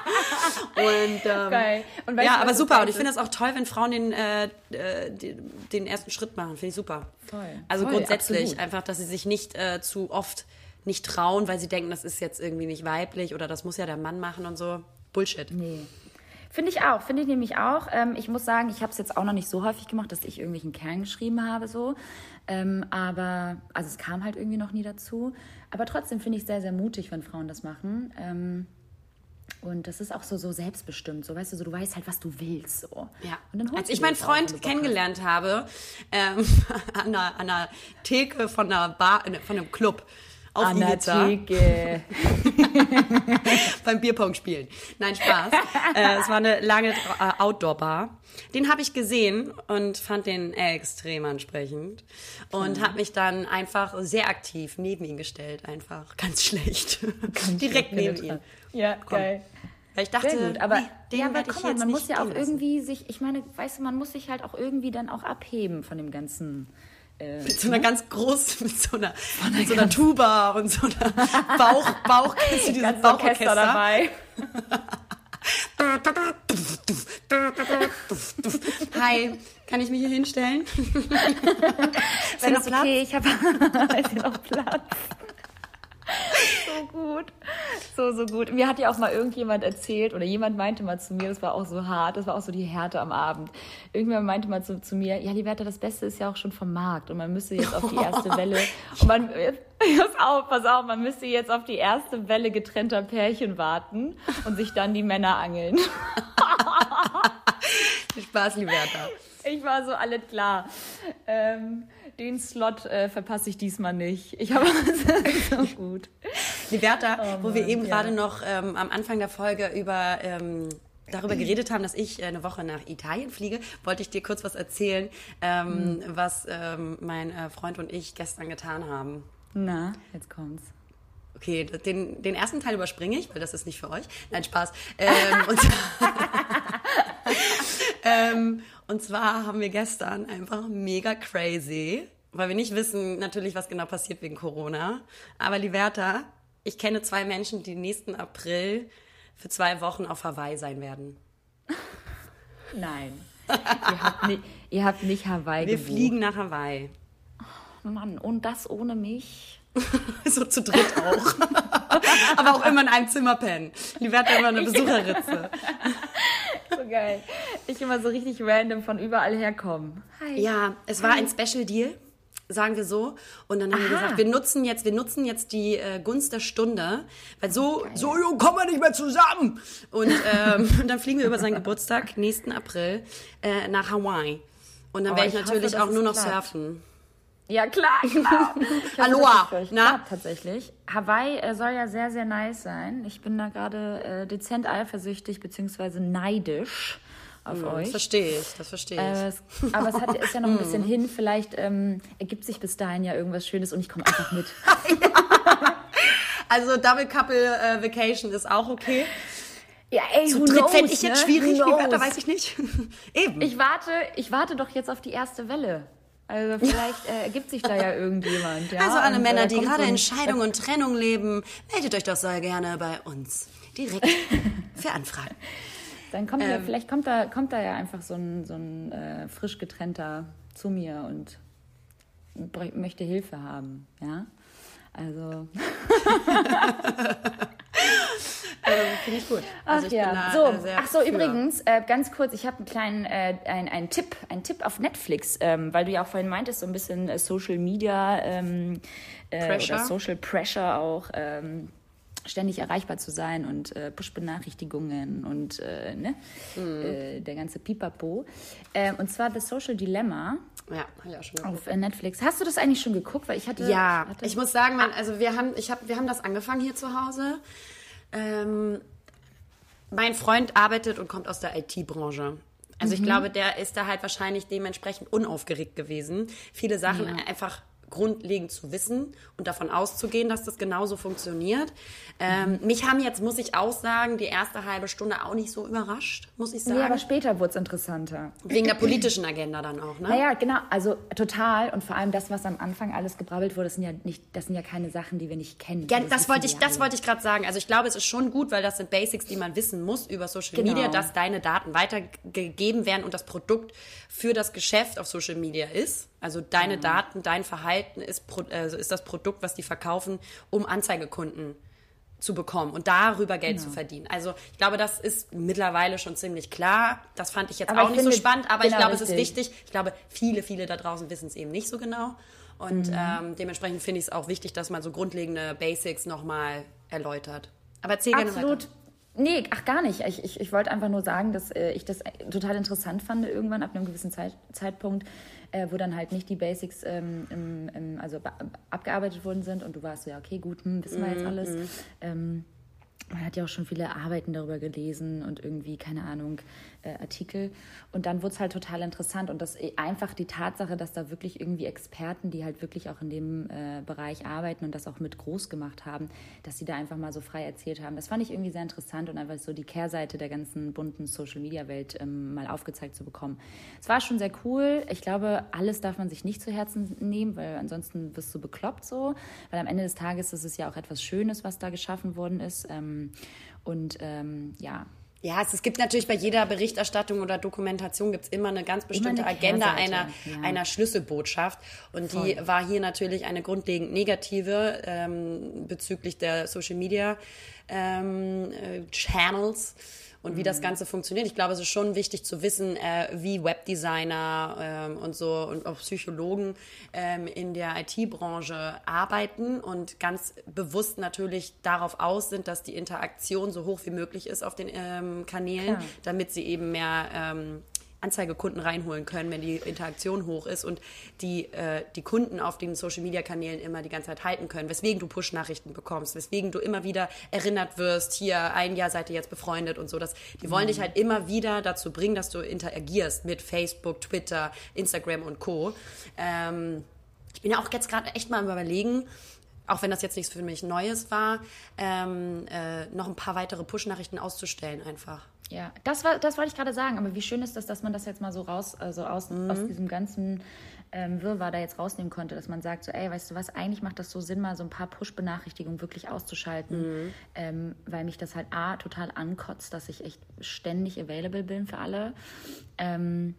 Und, ähm,
Geil. Und
ja, aber super. Und ich finde es auch toll, wenn Frauen den, äh, den, den ersten Schritt machen. Finde ich super.
Voll.
Also
Voll,
grundsätzlich
absolut.
einfach, dass sie sich nicht äh, zu oft nicht trauen, weil sie denken, das ist jetzt irgendwie nicht weiblich oder das muss ja der Mann machen und so. Bullshit.
Nee. Finde ich auch, finde ich nämlich auch. Ähm, ich muss sagen, ich habe es jetzt auch noch nicht so häufig gemacht, dass ich irgendwelchen Kerlen geschrieben habe, so. Ähm, aber, also es kam halt irgendwie noch nie dazu. Aber trotzdem finde ich es sehr, sehr mutig, wenn Frauen das machen. Ähm, und das ist auch so, so selbstbestimmt, so, weißt du, so, du weißt halt, was du willst, so.
Ja.
Und dann
als ich meinen Freund auch, kennengelernt habe, ähm, an, einer, an einer Theke von einer Bar, von einem Club, auf
an der Theke.
Beim Bierpong spielen. Nein, Spaß. äh, es war eine lange äh, Outdoor-Bar. Den habe ich gesehen und fand den extrem ansprechend. Und mhm. habe mich dann einfach sehr aktiv neben ihn gestellt. Einfach ganz schlecht. Ganz direkt neben ihn.
Ja, Komm. Geil.
Weil ich dachte,
sehr gut, aber,
nee, den
ja, aber
werde ich
komm,
jetzt
man
nicht
muss ja auch
gehen lassen.
irgendwie sich, ich meine, weißt du, man muss sich halt auch irgendwie dann auch abheben von dem ganzen... Äh,
mit so einer ganz großen, mit so einer, mit so einer Tuba und so einer Bauch, Bauchkiste, dieses
ganz
Bauchorchester
dabei.
Hi, kann ich mich hier hinstellen?
Ist hier noch Platz? Okay, ich habe ist hier noch Platz. So gut. So, so gut. Mir hat ja auch mal irgendjemand erzählt, oder jemand meinte mal zu mir, das war auch so hart, das war auch so die Härte am Abend. Irgendjemand meinte mal zu, zu mir, ja, Liberta, das Beste ist ja auch schon vom Markt und man müsste jetzt auf die erste Welle, und man, pass auf, pass auf, man müsste jetzt auf die erste Welle getrennter Pärchen warten und sich dann die Männer angeln.
Spaß, Liberta.
Ich war so, alles klar. Ähm, den Slot äh, verpasse ich diesmal nicht. Ich habe so gut.
Liberta,
Oh
wo wir
Mann,
eben
ja.
gerade noch ähm, am Anfang der Folge über... Ähm, darüber geredet haben, dass ich eine Woche nach Italien fliege, wollte ich dir kurz was erzählen, ähm, mhm. was ähm, mein äh, Freund und ich gestern getan haben.
Na, jetzt kommt's.
Okay, den, den ersten Teil überspringe ich, weil das ist nicht für euch. Nein, Spaß. Ähm, und, ähm, und zwar haben wir gestern einfach mega crazy, weil wir nicht wissen natürlich, was genau passiert wegen Corona. Aber Liberta, ich kenne zwei Menschen, die nächsten April für zwei Wochen auf Hawaii sein werden.
Nein, ihr habt nicht, ihr habt nicht Hawaii
Wir
gebucht.
fliegen nach Hawaii.
Oh Mann, und das ohne mich?
So zu dritt auch. Aber auch immer in einem Zimmer pennen. Die wird immer eine Besucherritze.
So geil. Ich immer so richtig random von überall herkommen. Hi.
Ja, es war ein Special Deal, sagen wir so. Und dann haben
Aha.
wir gesagt, wir nutzen jetzt, wir nutzen jetzt die äh, Gunst der Stunde, weil so, so jung kommen wir nicht mehr zusammen. Und, ähm, und dann fliegen wir über seinen Geburtstag, nächsten April, äh, nach Hawaii. Und dann
Oh,
werde ich,
ich hoffe,
natürlich
dass
auch
es
nur noch
klappt.
surfen.
Ja, klar, klar. Ich hoffe,
Aloha,
dass es für euch
na?
klappt, tatsächlich. Hawaii äh, soll ja sehr, sehr nice sein. Ich bin da gerade äh, dezent eifersüchtig beziehungsweise neidisch auf
Das
euch.
verstehe ich, das verstehe ich.
Äh, es, aber es hat, ist ja noch ein bisschen hin. Vielleicht ähm, ergibt sich bis dahin ja irgendwas Schönes und ich komme einfach mit.
Also Double Couple äh, Vacation ist auch okay.
Ja, ey,
Zu
who
dritt
knows,
fände ich jetzt
ne?
schwierig,
Who
wie
knows?
weiter weiß ich nicht. Eben.
Ich warte, ich warte doch jetzt auf die erste Welle. Also vielleicht äh, ergibt sich da ja irgendjemand. Ja?
Also alle
Und,
Männer,
äh,
die
kommt
gerade
so ein-
in Scheidung und Trennung leben, meldet euch doch sehr gerne bei uns. Direkt für Anfragen.
Dann kommt ja,
Ähm.
vielleicht kommt da, kommt da ja einfach so ein, so ein äh, frisch getrennter zu mir und br- möchte Hilfe haben, ja. Also.
Ähm, Finde ich gut.
Ach
Also ich
ja.
bin da,
So,
äh, sehr
ach so,
für.
übrigens, äh, ganz kurz, ich habe einen kleinen, äh, ein, einen Tipp, einen Tipp auf Netflix, ähm, weil du ja auch vorhin meintest, so ein bisschen äh, Social Media ähm, äh,
Pressure.
oder Social Pressure auch. Ähm, ständig erreichbar zu sein und äh, Push-Benachrichtigungen und äh, ne?
Mhm.
äh, der ganze Pipapo. Ähm, und zwar The Social Dilemma
Ja, hab ich auch schon geguckt.
auf äh, Netflix. Hast du das eigentlich schon geguckt? Weil ich hatte...
Ja,
hatte,
ich muss sagen, man, also wir haben, ich hab, wir haben das angefangen hier zu Hause. Ähm, mein Freund arbeitet und kommt aus der I T-Branche. Also ich glaube, der ist da halt wahrscheinlich dementsprechend unaufgeregt gewesen. Viele Sachen
Ja.
einfach grundlegend zu wissen und davon auszugehen, dass das genauso funktioniert. Ähm, mich haben jetzt, muss ich auch sagen, die erste halbe Stunde auch nicht so überrascht, muss ich sagen.
Nee, aber später wurde es interessanter.
Wegen der politischen Agenda dann auch, ne?
Naja, genau, also total. Und vor allem das, was am Anfang alles gebrabbelt wurde, das sind ja, nicht, das sind ja keine Sachen, die wir nicht kennen.
Ja,
Also
das
wissen
wollte
wir
ich,
ja
das
alle.
wollte ich gerade sagen. Also ich glaube, es ist schon gut, weil das sind Basics, die man wissen muss über Social
Genau.
Media, dass deine Daten weitergegeben werden und das Produkt für das Geschäft auf Social Media ist. Also deine Daten, dein Verhalten ist, Pro- also ist das Produkt, was die verkaufen, um Anzeigekunden zu bekommen und darüber Geld zu verdienen. Also ich glaube, das ist mittlerweile schon ziemlich klar. Das fand ich jetzt
Aber
auch
ich
nicht so
finde-
spannend, aber
genau,
ich glaube, es ist
richtig.
wichtig. Ich glaube, viele, viele da draußen wissen es eben nicht so genau. Und
Mhm.
ähm, dementsprechend finde ich es auch wichtig, dass man so grundlegende Basics nochmal erläutert. Aber erzähl gerne
Absolut.
weiter.
Nee, ach gar nicht. Ich, ich, ich wollte einfach nur sagen, dass äh, ich das total interessant fand irgendwann ab einem gewissen Zeit, Zeitpunkt, äh, wo dann halt nicht die Basics ähm, im, im, also be- abgearbeitet worden sind und du warst so, ja okay, gut, hm, wissen wir jetzt alles. Ähm, man hat ja auch schon viele Arbeiten darüber gelesen und irgendwie, keine Ahnung, äh, Artikel. Und dann wurde es halt total interessant. Und das eh einfach die Tatsache, dass da wirklich irgendwie Experten, die halt wirklich auch in dem äh, Bereich arbeiten und das auch mit groß gemacht haben, dass sie da einfach mal so frei erzählt haben. Das fand ich irgendwie sehr interessant und einfach so die Kehrseite der ganzen bunten Social-Media-Welt ähm, mal aufgezeigt zu bekommen. Es war schon sehr cool. Ich glaube, alles darf man sich nicht zu Herzen nehmen, weil ansonsten wirst du bekloppt so. Weil am Ende des Tages ist es ja auch etwas Schönes, was da geschaffen worden ist. Ähm, und ähm, ja,
Ja, es, es gibt natürlich bei jeder Berichterstattung oder Dokumentation gibt's immer eine ganz bestimmte
eine
Agenda
Kehrseite,
einer,
ja.
einer Schlüsselbotschaft. Und
Voll.
die war hier natürlich eine grundlegend negative ähm, bezüglich der Social Media ähm, äh, Channels und wie
Mhm.
das Ganze funktioniert. Ich glaube, es ist schon wichtig zu wissen, äh, wie Webdesigner ähm, und so und auch Psychologen ähm, in der I T-Branche arbeiten und ganz bewusst natürlich darauf aus sind, dass die Interaktion so hoch wie möglich ist auf den ähm, Kanälen,
Klar.
damit sie eben mehr ähm, Anzeigekunden reinholen können, wenn die Interaktion hoch ist und die, äh, die Kunden auf den Social-Media-Kanälen immer die ganze Zeit halten können, weswegen du Push-Nachrichten bekommst, weswegen du immer wieder erinnert wirst, hier, ein Jahr seid ihr jetzt befreundet und so. Das, die wollen mhm. dich halt immer wieder dazu bringen, dass du interagierst mit Facebook, Twitter, Instagram und Co. Ähm, ich bin ja auch jetzt gerade echt mal am Überlegen, auch wenn das jetzt nichts für mich Neues war, ähm, äh, noch ein paar weitere Push-Nachrichten auszustellen einfach.
Ja, das war, das wollte ich gerade sagen. Aber wie schön ist das, dass man das jetzt mal so raus, also aus, mhm. aus diesem ganzen ähm, Wirrwarr da jetzt rausnehmen konnte, dass man sagt so, ey, weißt du was, eigentlich macht das so Sinn, mal so ein paar Push-Benachrichtigungen wirklich auszuschalten, mhm. ähm, weil mich das halt A, total ankotzt, dass ich echt ständig available bin für alle. Ähm,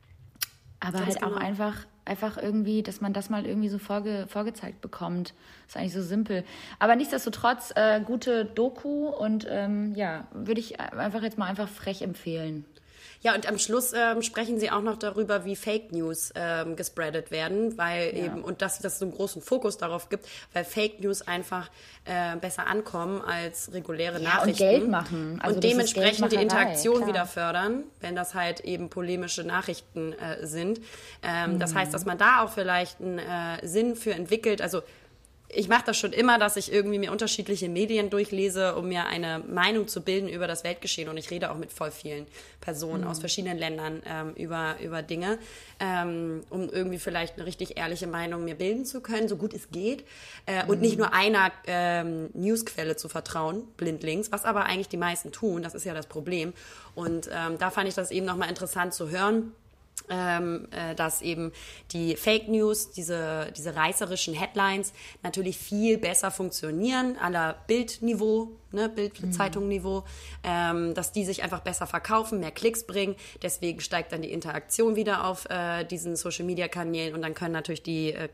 aber Ganz halt genau. auch einfach... Einfach irgendwie, dass man das mal irgendwie so vorge, vorgezeigt bekommt. Ist eigentlich so simpel. Aber nichtsdestotrotz, äh, gute Doku und ähm, ja, würde ich einfach jetzt mal einfach frech empfehlen.
Ja, und am Schluss ähm, sprechen sie auch noch darüber, wie Fake News ähm, gespreadet werden, weil ja. eben, und dass es so einen großen Fokus darauf gibt, weil Fake News einfach äh, besser ankommen als reguläre ja, Nachrichten.
Und Geld machen. Also
und dementsprechend die Interaktion klar. wieder fördern, wenn das halt eben polemische Nachrichten äh, sind. Ähm, mhm. Das heißt, dass man da auch vielleicht einen äh, Sinn für entwickelt, also ich mache das schon immer, dass ich irgendwie mir unterschiedliche Medien durchlese, um mir eine Meinung zu bilden über das Weltgeschehen. Und ich rede auch mit voll vielen Personen mhm. aus verschiedenen Ländern ähm, über, über Dinge, ähm, um irgendwie vielleicht eine richtig ehrliche Meinung mir bilden zu können, so gut es geht. Äh, mhm. Und nicht nur einer ähm, Newsquelle zu vertrauen, blindlings, was aber eigentlich die meisten tun. Das ist ja das Problem. Und ähm, da fand ich das eben nochmal interessant zu hören. Ähm, äh, dass eben die Fake News, diese, diese reißerischen Headlines natürlich viel besser funktionieren, à la Bildniveau, ne, Bild-Zeitung-Niveau, ähm, dass die sich einfach besser verkaufen, mehr Klicks bringen, deswegen steigt dann die Interaktion wieder auf äh, diesen Social-Media-Kanälen und dann können natürlich die äh,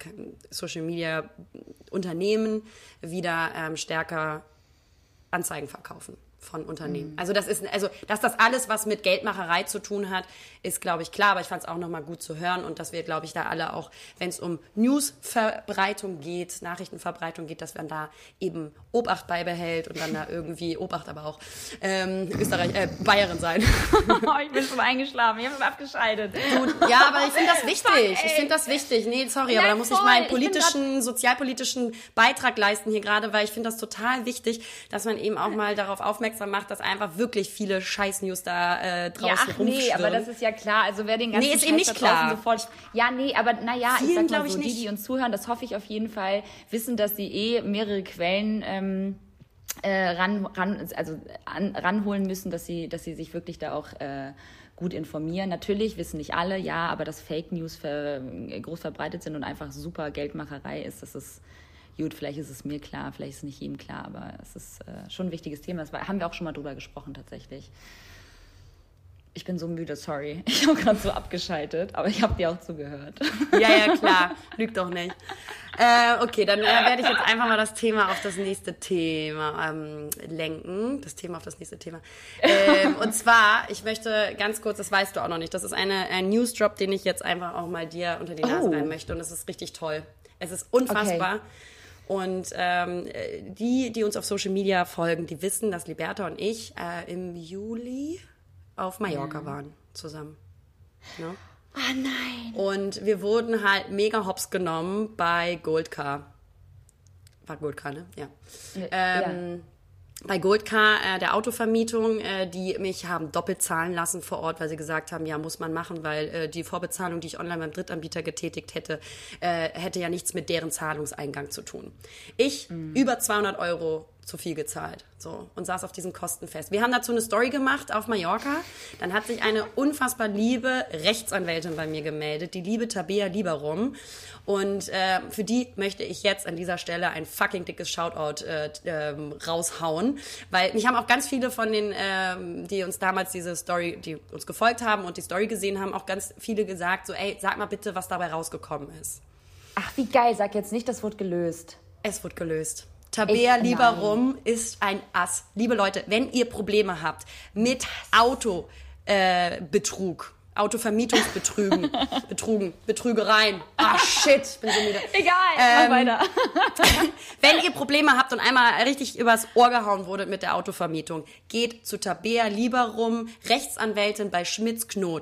Social-Media-Unternehmen wieder ähm, stärker Anzeigen verkaufen von Unternehmen. Mhm. Also das ist, also dass das alles, was mit Geldmacherei zu tun hat, ist, glaube ich, klar, aber ich fand es auch nochmal gut zu hören und dass wir, glaube ich, da alle auch, wenn es um Newsverbreitung geht, Nachrichtenverbreitung geht, dass man da eben Obacht beibehält und dann da irgendwie, Obacht aber auch, ähm, Österreich, äh, Bayerin sein.
Ich bin schon eingeschlafen, ich habe schon abgeschaltet.
Gut, ja, aber ich finde das wichtig. Ich finde das wichtig. Nee, sorry, Nein, aber da muss voll. ich meinen politischen, sozialpolitischen Beitrag leisten hier gerade, weil ich finde das total wichtig, dass man eben auch mal darauf aufmerksam macht, dass einfach wirklich viele Scheiß-News da äh, draußen ja, ach, rumschwirren.
Nee, aber das ist ja klar. Also wer den ganzen
nee, ist eben nicht klar.
Sofort... Ja, nee, aber naja, ich sag mal so, die, die uns zuhören, das hoffe ich auf jeden Fall, wissen, dass sie eh mehrere Quellen ähm, äh, ran, ran, also an, ranholen müssen, dass sie, dass sie sich wirklich da auch äh, gut informieren. Natürlich wissen nicht alle, ja, aber dass Fake News ver, groß verbreitet sind und einfach super Geldmacherei ist, das ist gut, vielleicht ist es mir klar, vielleicht ist es nicht jedem klar, aber es ist äh, schon ein wichtiges Thema. Das war, haben wir auch schon mal drüber gesprochen tatsächlich. Ich bin so müde, sorry. Ich habe gerade so abgeschaltet, aber ich habe dir auch zugehört.
Ja, ja, klar. Lügt doch nicht. Äh, okay, dann äh, werde ich jetzt einfach mal das Thema auf das nächste Thema ähm, lenken. Das Thema auf das nächste Thema. Ähm, und zwar, ich möchte ganz kurz, das weißt du auch noch nicht, das ist eine, ein Newsdrop, den ich jetzt einfach auch mal dir unter die Nase oh. rein möchte. Und es ist richtig toll. Es ist unfassbar. Okay. Und ähm, die, die uns auf Social Media folgen, die wissen, dass Liberta und ich äh, im Juli auf Mallorca mhm. waren zusammen. Ja?
Ah, nein.
Und wir wurden halt mega hops genommen bei Goldcar. War Goldcar, ne? Ja. ja. Ähm, bei Goldcar, äh, der Autovermietung, äh, die mich haben doppelt zahlen lassen vor Ort, weil sie gesagt haben, ja, muss man machen, weil äh, die Vorbezahlung, die ich online beim Drittanbieter getätigt hätte, äh, hätte ja nichts mit deren Zahlungseingang zu tun. Ich mhm. über zweihundert Euro zu viel gezahlt, so, und saß auf diesen Kosten fest. Wir haben dazu eine Story gemacht auf Mallorca. Dann hat sich eine unfassbar liebe Rechtsanwältin bei mir gemeldet, die liebe Tabea Lieberum. Und äh, für die möchte ich jetzt an dieser Stelle ein fucking dickes Shoutout äh, äh, raushauen, weil mich haben auch ganz viele von den, äh, die uns damals diese Story, die uns gefolgt haben und die Story gesehen haben, auch ganz viele gesagt, so, ey, sag mal bitte, was dabei rausgekommen ist.
Ach, wie geil, sag jetzt nicht, das wurde gelöst.
Es wurde gelöst. Tabea Lieberum ist ein Ass. Liebe Leute, wenn ihr Probleme habt mit Autobetrug, äh, Autovermietungsbetrügen, Betrugen, Betrügereien, ah shit, ich bin so müde.
Egal, ähm, mach weiter.
Wenn ihr Probleme habt und einmal richtig übers Ohr gehauen wurdet mit der Autovermietung, geht zu Tabea Lieberum, Rechtsanwältin bei Schmitz Knot.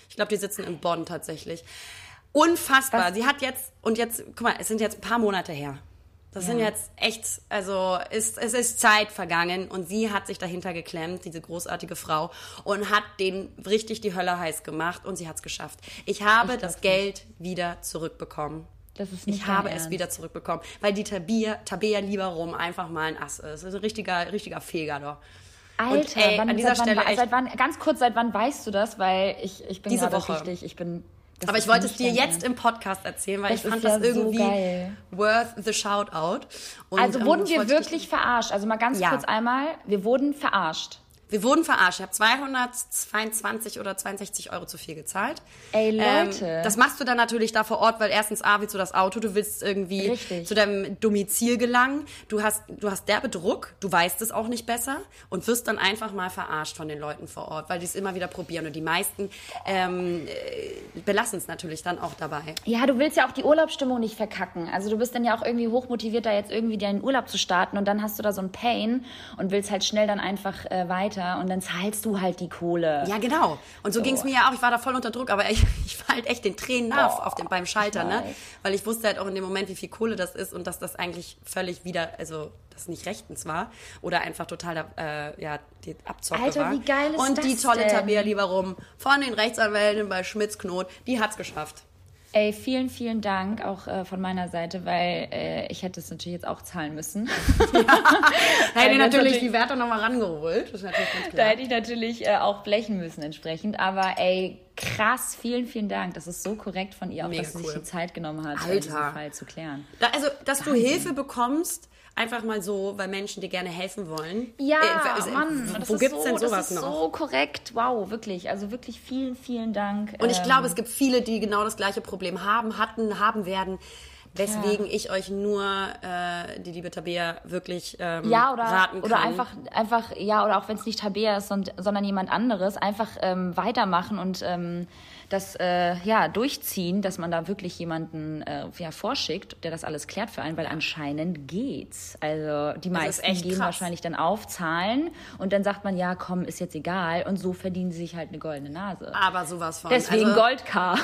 Ich glaube, die sitzen in Bonn tatsächlich. Unfassbar.
Was?
Sie hat jetzt, und jetzt, guck mal, es sind jetzt ein paar Monate her. Das
Ja.
sind jetzt echt, also ist, es ist Zeit vergangen und sie hat sich dahinter geklemmt, diese großartige Frau, und hat denen richtig die Hölle heiß gemacht und sie hat es geschafft. Ich habe
Ich
das
glaub's
Geld wieder zurückbekommen.
Das ist nicht
Ich habe
dein
es
Ernst.
wieder zurückbekommen, weil die Tabea, Tabea Lieberum einfach mal ein Ass ist. Das ist ein richtiger, richtiger Feger doch.
Alter,
Und, ey,
wann,
an dieser
seit, wann,
Stelle echt-
seit wann, ganz kurz, seit wann weißt du das? Weil ich, ich bin
Diese
gerade
Woche.
richtig, ich bin... das
Aber ich
ist
wollte es
nicht
dir
dein
jetzt
Ernst.
im Podcast erzählen, weil
Das
ich fand
ist ja
das irgendwie
so geil.
worth the shoutout. Und,
Also
ähm,
wurden
ich
wir
wollte dich-
wirklich verarscht? Also mal ganz
Ja.
kurz einmal, wir wurden verarscht.
Wir wurden verarscht. Ich habe zweihundertzweiundzwanzig oder zweiundsechzig Euro zu viel gezahlt.
Ey, Leute.
Ähm, das machst du dann natürlich da vor Ort, weil erstens A, willst du das Auto, du willst irgendwie
Richtig.
zu deinem Domizil gelangen. Du hast, du hast derbe Druck, du weißt es auch nicht besser und wirst dann einfach mal verarscht von den Leuten vor Ort, weil die es immer wieder probieren. Und die meisten ähm, äh, belassen es natürlich dann auch dabei.
Ja, du willst ja auch die Urlaubsstimmung nicht verkacken. Also du bist dann ja auch irgendwie hochmotiviert, da jetzt irgendwie deinen Urlaub zu starten und dann hast du da so ein Pain und willst halt schnell dann einfach äh, weiter und dann zahlst du halt die Kohle.
Ja, genau. Und so,
So.
ging es mir ja auch. Ich war da voll unter Druck, aber ich, ich war halt echt den Tränen nah
Oh,
auf dem, beim Schalter,
ich
ne?
weiß.
Weil ich wusste halt auch in dem Moment, wie viel Kohle das ist und dass das eigentlich völlig wieder, also das nicht rechtens war oder einfach total, äh, ja, die Abzocke
Alter,
war.
wie geil ist
und die
das
tolle
denn?
Tabea Lieberum von den Rechtsanwälten bei Schmitz Knot, die hat's geschafft.
Ey, vielen, vielen Dank auch äh, von meiner Seite, weil äh, ich hätte es natürlich jetzt auch zahlen müssen.
Hätte
das
natürlich
natürlich-
die Werte nochmal rangeholt. Das ist natürlich ganz
Da
klar.
hätte ich natürlich äh, auch blechen müssen entsprechend. Aber ey, krass, vielen, vielen Dank. Das ist so korrekt von ihr, auch
Mega
dass sie sich
cool.
die Zeit genommen hat, äh,
Alter.
diesen Fall zu klären.
Da, also, dass du Hilfe bekommst, einfach mal so, weil Menschen dir gerne helfen wollen.
Ja,
Äh, äh,
Mann,
wo
das
wo
ist
gibt's
so,
denn sowas
das ist
noch?
so korrekt. Wow, wirklich. Also wirklich vielen, vielen Dank.
Und ich
Ähm,
glaube, es gibt viele, die genau das gleiche Problem haben, hatten, haben werden, weswegen ich euch nur äh, die liebe Tabea wirklich ähm,
ja, oder,
raten kann.
oder einfach, einfach, ja, oder auch wenn es nicht Tabea ist, und, sondern jemand anderes, einfach ähm, weitermachen und ähm, das äh, ja, durchziehen, dass man da wirklich jemanden äh, ja, vorschickt, der das alles klärt für einen, weil anscheinend geht's. Also die
Das ist
meisten
echt
gehen
krass.
wahrscheinlich dann auf, zahlen und dann sagt man, ja, komm, ist jetzt egal und so verdienen sie sich halt eine goldene Nase.
Aber sowas von.
Deswegen
also,
Goldcar.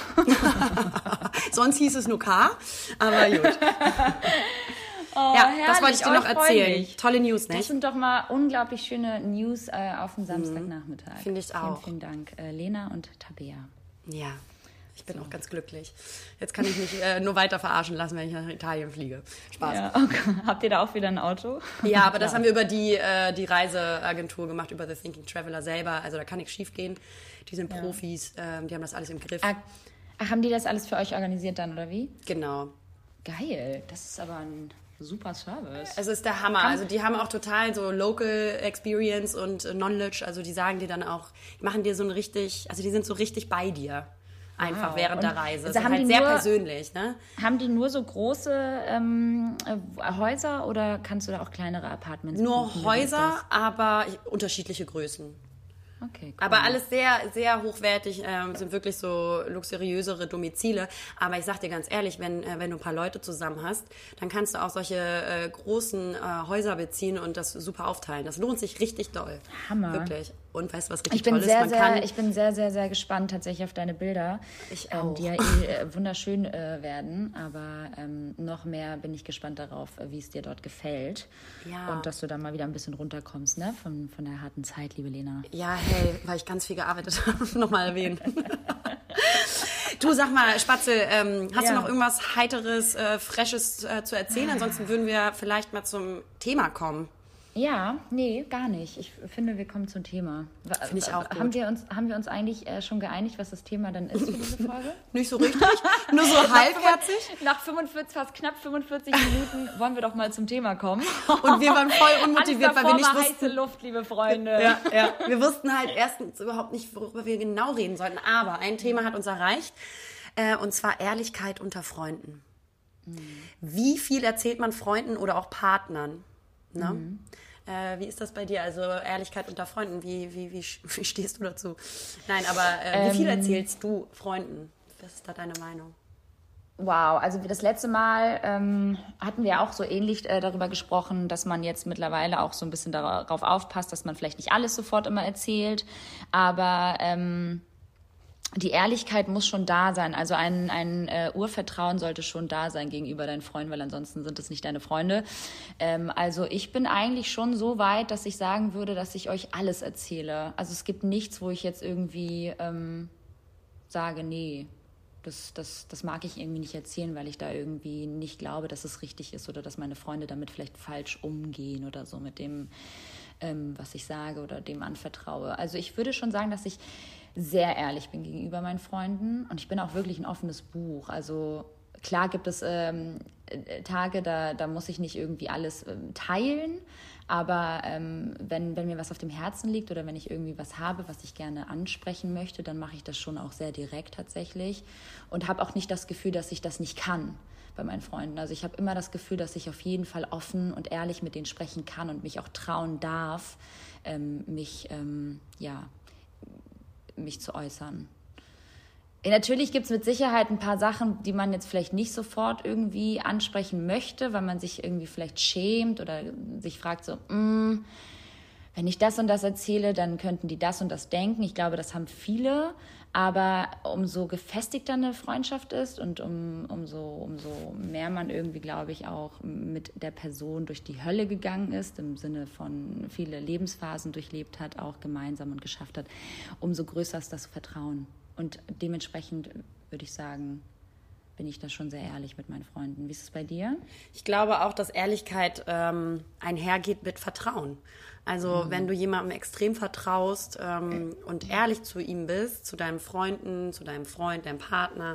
Sonst hieß es nur K, aber gut.
Oh,
ja, das
herrlich.
wollte ich dir
Oh,
noch
freu
erzählen.
mich.
Tolle News,
Das
nicht?
sind doch mal unglaublich schöne News äh, auf dem Samstagnachmittag.
Finde ich auch.
Vielen, vielen Dank, äh, Lena und Tabea.
Ja, ich bin auch ganz glücklich. Jetzt kann ich mich äh, nur weiter verarschen lassen, wenn ich nach Italien fliege. Spaß. Ja,
Ja, okay. Habt ihr da auch wieder ein Auto?
aber das haben wir über die, äh, die Reiseagentur gemacht, über The Thinking Traveler selber. Also da kann nichts schief gehen. Die sind Profis, ähm, die haben das alles im Griff.
Ach, ach, haben die das alles für euch organisiert dann, oder wie?
Genau.
Geil, das ist aber ein super Service.
Es ist der Hammer. Also die haben auch total so Local Experience und äh, Knowledge. Also die sagen dir dann auch, machen dir so ein richtig, also die sind so richtig bei dir. Einfach
Wow.
während der
Und
Reise.
also
Das ist
haben
halt
die
sehr
nur-
persönlich, ne?
Haben die nur so große ähm, äh, Häuser oder kannst du da auch kleinere Apartments
Nur
buchen? Wie ist
Häuser, aber unterschiedliche Größen.
das? Okay, cool.
Aber alles sehr, sehr hochwertig, ähm, sind wirklich so luxuriösere Domizile. Aber ich sag dir ganz ehrlich, wenn, äh, wenn du ein paar Leute zusammen hast, dann kannst du auch solche äh, großen äh, Häuser beziehen und das super aufteilen. Das lohnt sich richtig doll.
Hammer.
Wirklich. Und weißt du, was richtig
Ich bin,
toll ist?
sehr,
Man
sehr,
kann,
ich bin sehr, sehr, sehr gespannt tatsächlich auf deine Bilder,
Ich
ähm,
auch.
die ja eh, äh, wunderschön äh, werden. Aber ähm, noch mehr bin ich gespannt darauf, äh, wie es dir dort gefällt.
Ja.
Und dass du dann mal wieder ein bisschen runterkommst, ne? Von, von der harten Zeit, liebe Lena.
Ja, hey, weil ich ganz viel gearbeitet habe, nochmal erwähnen. Du, sag mal, Spatzel, ähm, hast
Ja.
du noch irgendwas Heiteres, äh, Freshes äh, zu erzählen? Ansonsten würden wir vielleicht mal zum Thema kommen.
Ja, nee, gar nicht. Ich finde, wir kommen zum Thema.
Finde ich auch
Haben
gut.
wir uns, haben wir uns eigentlich äh, schon geeinigt, was das Thema dann ist für diese Folge?
Nicht so richtig, nur so halbherzig.
Nach fünfundvierzig, fast knapp fünfundvierzig Minuten wollen wir doch mal zum Thema kommen.
Und wir waren voll unmotiviert, weil wir nicht
heiße
wussten.
Luft, liebe Freunde.
Ja, ja. Wir wussten halt erstens überhaupt nicht, worüber wir genau reden sollten. Aber ein Thema hat uns erreicht, äh, und zwar Ehrlichkeit unter Freunden. Wie viel erzählt man Freunden oder auch Partnern? Ne? Äh, wie ist das bei dir? Also Ehrlichkeit unter Freunden, wie, wie, wie, wie stehst du dazu? Nein, aber äh, wie viel erzählst du Freunden? Was ist da deine Meinung?
Wow, also das letzte Mal ähm, hatten wir auch so ähnlich äh, darüber gesprochen, dass man jetzt mittlerweile auch so ein bisschen darauf aufpasst, dass man vielleicht nicht alles sofort immer erzählt. Aber ähm, die Ehrlichkeit muss schon da sein. Also ein, ein äh, Urvertrauen sollte schon da sein gegenüber deinen Freunden, weil ansonsten sind es nicht deine Freunde. Ähm, also ich bin eigentlich schon so weit, dass ich sagen würde, dass ich euch alles erzähle. Also es gibt nichts, wo ich jetzt irgendwie ähm, sage, nee, das, das, das mag ich irgendwie nicht erzählen, weil ich da irgendwie nicht glaube, dass es richtig ist oder dass meine Freunde damit vielleicht falsch umgehen oder so mit dem, ähm, was ich sage oder dem anvertraue. Also ich würde schon sagen, dass ich sehr ehrlich bin gegenüber meinen Freunden und ich bin auch wirklich ein offenes Buch. Also klar gibt es ähm, Tage, da, da muss ich nicht irgendwie alles ähm, teilen, aber ähm, wenn, wenn mir was auf dem Herzen liegt oder wenn ich irgendwie was habe, was ich gerne ansprechen möchte, dann mache ich das schon auch sehr direkt tatsächlich und habe auch nicht das Gefühl, dass ich das nicht kann bei meinen Freunden. Also ich habe immer das Gefühl, dass ich auf jeden Fall offen und ehrlich mit denen sprechen kann und mich auch trauen darf, ähm, mich, ähm, ja, mich zu äußern. Natürlich gibt es mit Sicherheit ein paar Sachen, die man jetzt vielleicht nicht sofort irgendwie ansprechen möchte, weil man sich irgendwie vielleicht schämt oder sich fragt so, mm, wenn ich das und das erzähle, dann könnten die das und das denken. Ich glaube, das haben viele, aber umso gefestigter eine Freundschaft ist und um, umso, umso mehr man irgendwie, glaube ich, auch mit der Person durch die Hölle gegangen ist, im Sinne von viele Lebensphasen durchlebt hat, auch gemeinsam und geschafft hat, umso größer ist das Vertrauen. Und dementsprechend würde ich sagen, bin ich da schon sehr ehrlich mit meinen Freunden. Wie ist es bei dir?
Ich glaube auch, dass Ehrlichkeit ähm, einhergeht mit Vertrauen. Also mhm. wenn du jemandem extrem vertraust ähm, und ehrlich zu ihm bist, zu deinen Freunden, zu deinem Freund, deinem Partner,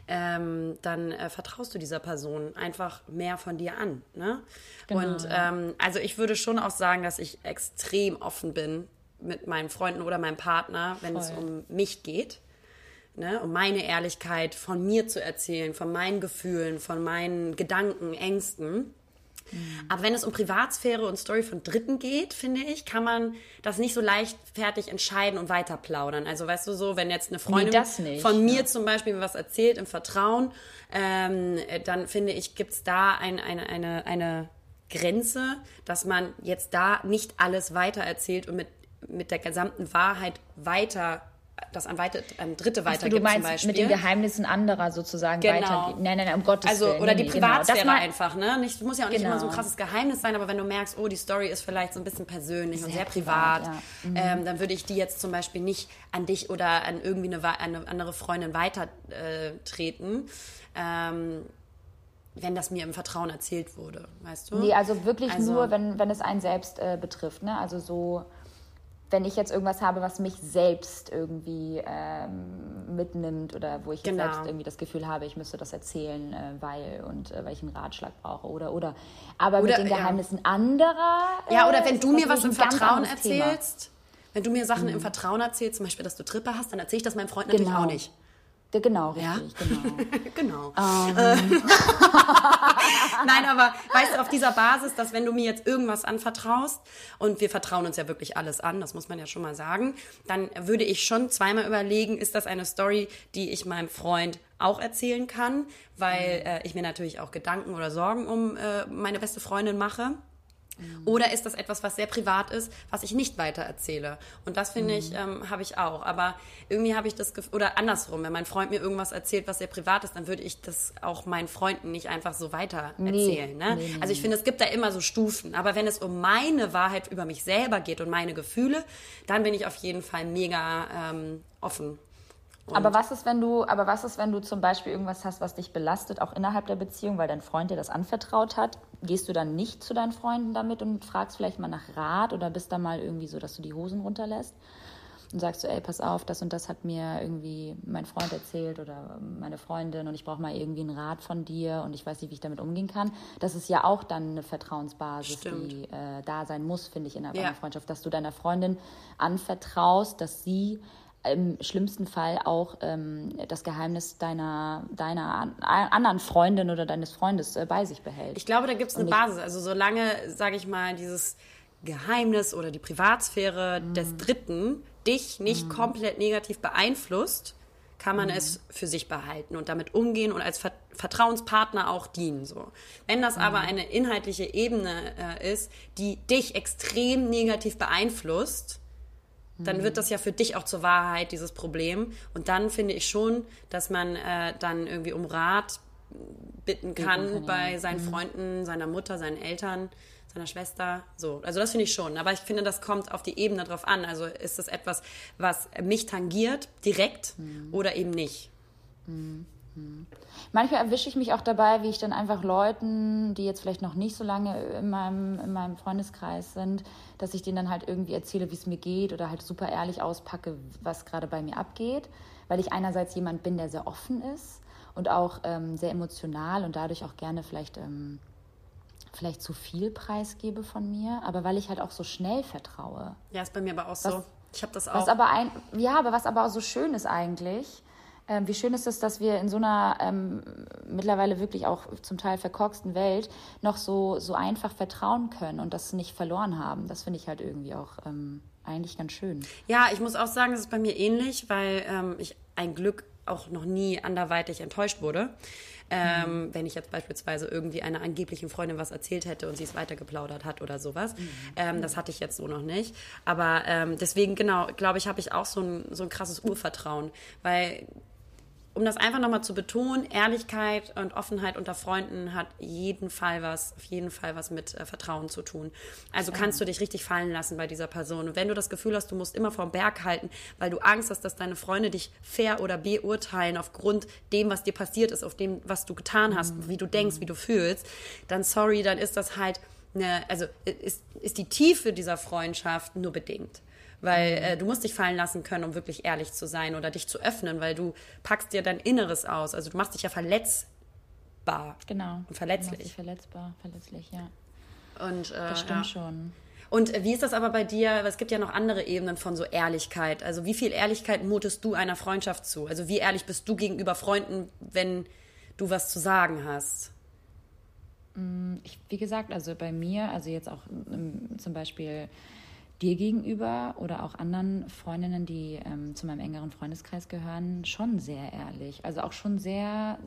ähm, dann äh, vertraust du dieser Person einfach mehr von dir an. Ne? Genau. Und ähm, also ich würde schon auch sagen, dass ich extrem offen bin mit meinen Freunden oder meinem Partner, wenn Voll. es um mich geht. Ne, um meine Ehrlichkeit von mir zu erzählen, von meinen Gefühlen, von meinen Gedanken, Ängsten. Mhm. Aber wenn es um Privatsphäre und Story von Dritten geht, finde ich, kann man das nicht so leichtfertig entscheiden und weiter plaudern. Also weißt du so, wenn jetzt eine Freundin
nee, nicht,
von mir
ja.
zum Beispiel was erzählt im Vertrauen, ähm, dann finde ich, gibt es da ein, eine, eine, eine Grenze, dass man jetzt da nicht alles weiter erzählt und mit, mit der gesamten Wahrheit weiter das an, weite, an Dritte weitergibt
du meinst,
zum Beispiel.
Mit den Geheimnissen anderer sozusagen
genau.
weitergeben. Nein, nein, nein, um Gottes
also,
Willen.
Oder
nee,
die
nee,
Privatsphäre
genau.
einfach, ne? Nicht, muss ja auch nicht
genau.
immer so ein krasses Geheimnis sein, aber wenn du merkst, oh, die Story ist vielleicht so ein bisschen persönlich sehr und sehr privat,
privat ja. mhm.
ähm, dann würde ich die jetzt zum Beispiel nicht an dich oder an irgendwie eine, eine andere Freundin weitertreten, äh, ähm, wenn das mir im Vertrauen erzählt wurde, weißt du?
Nee, also wirklich
also,
nur, wenn, wenn es einen selbst äh, betrifft, ne? Also so... wenn ich jetzt irgendwas habe, was mich selbst irgendwie ähm, mitnimmt oder wo ich jetzt
genau.
selbst irgendwie das Gefühl habe, ich müsste das erzählen, äh, weil und äh, weil ich einen Ratschlag brauche oder oder aber
oder,
mit den Geheimnissen ja. anderer. Äh,
ja, oder wenn du mir was im Vertrauen
Thema.
erzählst, wenn du mir Sachen mhm. im Vertrauen erzählst, zum Beispiel, dass du Trippe hast, dann erzähle ich das meinem Freund natürlich
genau.
auch nicht.
Genau, richtig,
ja?
genau.
genau. Ähm. Nein, aber weißt du, auf dieser Basis, dass wenn du mir jetzt irgendwas anvertraust, und wir vertrauen uns ja wirklich alles an, das muss man ja schon mal sagen, dann würde ich schon zweimal überlegen, ist das eine Story, die ich meinem Freund auch erzählen kann, weil äh, ich mir natürlich auch Gedanken oder Sorgen um äh, meine beste Freundin mache. Oder ist das etwas, was sehr privat ist, was ich nicht weiter erzähle? Und das, finde mhm. ich, ähm, habe ich auch. Aber irgendwie habe ich das Gefühl, oder andersrum, wenn mein Freund mir irgendwas erzählt, was sehr privat ist, dann würde ich das auch meinen Freunden nicht einfach so weiter erzählen.
Nee,
ne?
nee,
also ich finde, es gibt da immer so Stufen. Aber wenn es um meine Wahrheit über mich selber geht und meine Gefühle, dann bin ich auf jeden Fall mega ähm, offen. Und
aber was ist, wenn du, aber was ist, wenn du zum Beispiel irgendwas hast, was dich belastet, auch innerhalb der Beziehung, weil dein Freund dir das anvertraut hat? Gehst du dann nicht zu deinen Freunden damit und fragst vielleicht mal nach Rat oder bist da mal irgendwie so, dass du die Hosen runterlässt und sagst so, ey, pass auf, das und das hat mir irgendwie mein Freund erzählt oder meine Freundin und ich brauche mal irgendwie einen Rat von dir und ich weiß nicht, wie ich damit umgehen kann. Das ist ja auch dann eine Vertrauensbasis,
Stimmt.
die äh, da sein muss, finde ich, innerhalb
ja.
einer Freundschaft, dass du deiner Freundin anvertraust, dass sie im schlimmsten Fall auch ähm, das Geheimnis deiner, deiner an, anderen Freundin oder deines Freundes äh, bei sich behält.
Ich glaube, da gibt es eine Basis. Also solange, sage ich mal, dieses Geheimnis oder die Privatsphäre mm. des Dritten dich nicht mm. komplett negativ beeinflusst, kann man mm. es für sich behalten und damit umgehen und als Ver- Vertrauenspartner auch dienen. So. Wenn das mm. aber eine inhaltliche Ebene äh, ist, die dich extrem negativ beeinflusst, dann wird das ja für dich auch zur Wahrheit, dieses Problem. Und dann finde ich schon, dass man äh, dann irgendwie um Rat bitten kann, kann bei ja. seinen mhm. Freunden, seiner Mutter, seinen Eltern, seiner Schwester. So, also das finde ich schon. Aber ich finde, das kommt auf die Ebene drauf an. Also ist das etwas, was mich tangiert, direkt mhm. oder eben nicht.
Mhm. Manchmal erwische ich mich auch dabei, wie ich dann einfach Leuten, die jetzt vielleicht noch nicht so lange in meinem, in meinem Freundeskreis sind, dass ich denen dann halt irgendwie erzähle, wie es mir geht oder halt super ehrlich auspacke, was gerade bei mir abgeht, weil ich einerseits jemand bin, der sehr offen ist und auch ähm, sehr emotional und dadurch auch gerne vielleicht, ähm, vielleicht zu viel preisgebe von mir, aber weil ich halt auch so schnell vertraue.
Ja, ist bei mir aber auch was, so. Ich habe das auch.
Was aber ein, ja, aber was aber auch so schön ist eigentlich, Ähm, wie schön ist es, dass wir in so einer ähm, mittlerweile wirklich auch zum Teil verkorksten Welt noch so, so einfach vertrauen können und das nicht verloren haben. Das finde ich halt irgendwie auch ähm, eigentlich ganz schön.
Ja, ich muss auch sagen, es ist bei mir ähnlich, weil ähm, ich ein Glück auch noch nie anderweitig enttäuscht wurde. Ähm, mhm. Wenn ich jetzt beispielsweise irgendwie einer angeblichen Freundin was erzählt hätte und sie es weitergeplaudert hat oder sowas. Mhm. Ähm, das hatte ich jetzt so noch nicht. Aber ähm, deswegen, genau, glaube ich, habe ich auch so ein, so ein krasses Urvertrauen, weil um das einfach nochmal zu betonen, Ehrlichkeit und Offenheit unter Freunden hat jeden Fall was, auf jeden Fall was mit äh, Vertrauen zu tun. Also ja. kannst du dich richtig fallen lassen bei dieser Person. Und wenn du das Gefühl hast, du musst immer vorm Berg halten, weil du Angst hast, dass deine Freunde dich fair oder beurteilen aufgrund dem, was dir passiert ist, auf dem, was du getan hast, mhm. wie du denkst, mhm. wie du fühlst, dann sorry, dann ist das halt eine, also ist, ist die Tiefe dieser Freundschaft nur bedingt. Weil äh, du musst dich fallen lassen können, um wirklich ehrlich zu sein oder dich zu öffnen, weil du packst dir dein Inneres aus. Also du machst dich ja verletzbar.
Genau.
Und verletzlich.
Du machst dich verletzbar, verletzlich, ja.
Und, äh,
das stimmt
ja.
schon.
Und äh, wie ist das aber bei dir? Es gibt ja noch andere Ebenen von so Ehrlichkeit. Also wie viel Ehrlichkeit mutest du einer Freundschaft zu? Also wie ehrlich bist du gegenüber Freunden, wenn du was zu sagen hast?
Ich, wie gesagt, also bei mir, also jetzt auch ähm, zum Beispiel dir gegenüber oder auch anderen Freundinnen, die ähm, zu meinem engeren Freundeskreis gehören, schon sehr ehrlich. Also auch schon sehr,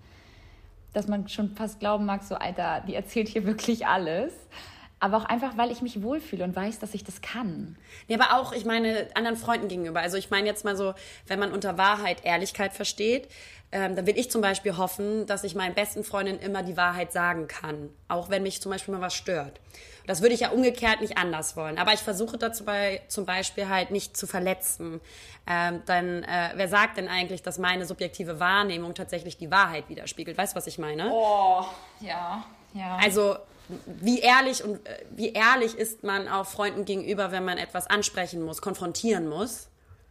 dass man schon fast glauben mag, so Alter, die erzählt hier wirklich alles. Aber auch einfach, weil ich mich wohlfühle und weiß, dass ich das kann.
Ja, aber auch, ich meine, anderen Freunden gegenüber. Also ich meine jetzt mal so, wenn man unter Wahrheit Ehrlichkeit versteht, ähm, dann will ich zum Beispiel hoffen, dass ich meinen besten Freundinnen immer die Wahrheit sagen kann. Auch wenn mich zum Beispiel mal was stört. Das würde ich ja umgekehrt nicht anders wollen. Aber ich versuche dazu bei, zum Beispiel halt nicht zu verletzen. Ähm, dann, äh, wer sagt denn eigentlich, dass meine subjektive Wahrnehmung tatsächlich die Wahrheit widerspiegelt? Weißt du, was ich meine?
Oh, ja, ja.
Also wie ehrlich und äh, wie ehrlich ist man auch Freunden gegenüber, wenn man etwas ansprechen muss, konfrontieren muss?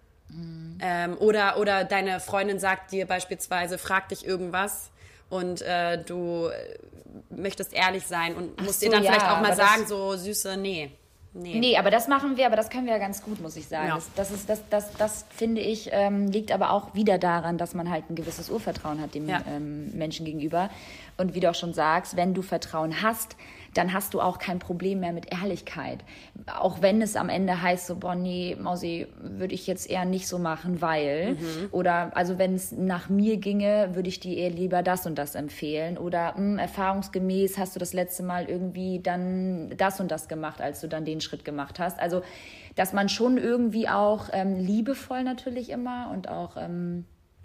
Mhm. Ähm, oder, oder deine Freundin sagt dir beispielsweise, fragt dich irgendwas und äh, du möchtest ehrlich sein und musst so, dir dann ja, vielleicht auch mal sagen, so Süße, nee. Nee.
nee, aber das machen wir, aber das können wir ja ganz gut, muss ich sagen. Ja. Das, das, ist, das, das, das finde ich, ähm, liegt aber auch wieder daran, dass man halt ein gewisses Urvertrauen hat dem ja. ähm, Menschen gegenüber. Und wie du auch schon sagst, wenn du Vertrauen hast, dann hast du auch kein Problem mehr mit Ehrlichkeit. Auch wenn es am Ende heißt, so, boah, nee, Mausi, würde ich jetzt eher nicht so machen, weil. Mhm. Oder, also wenn es nach mir ginge, würde ich dir eher lieber das und das empfehlen. Oder mh, erfahrungsgemäß hast du das letzte Mal irgendwie dann das und das gemacht, als du dann den Schritt gemacht hast. Also, dass man schon irgendwie auch ähm, liebevoll natürlich immer und auch ähm,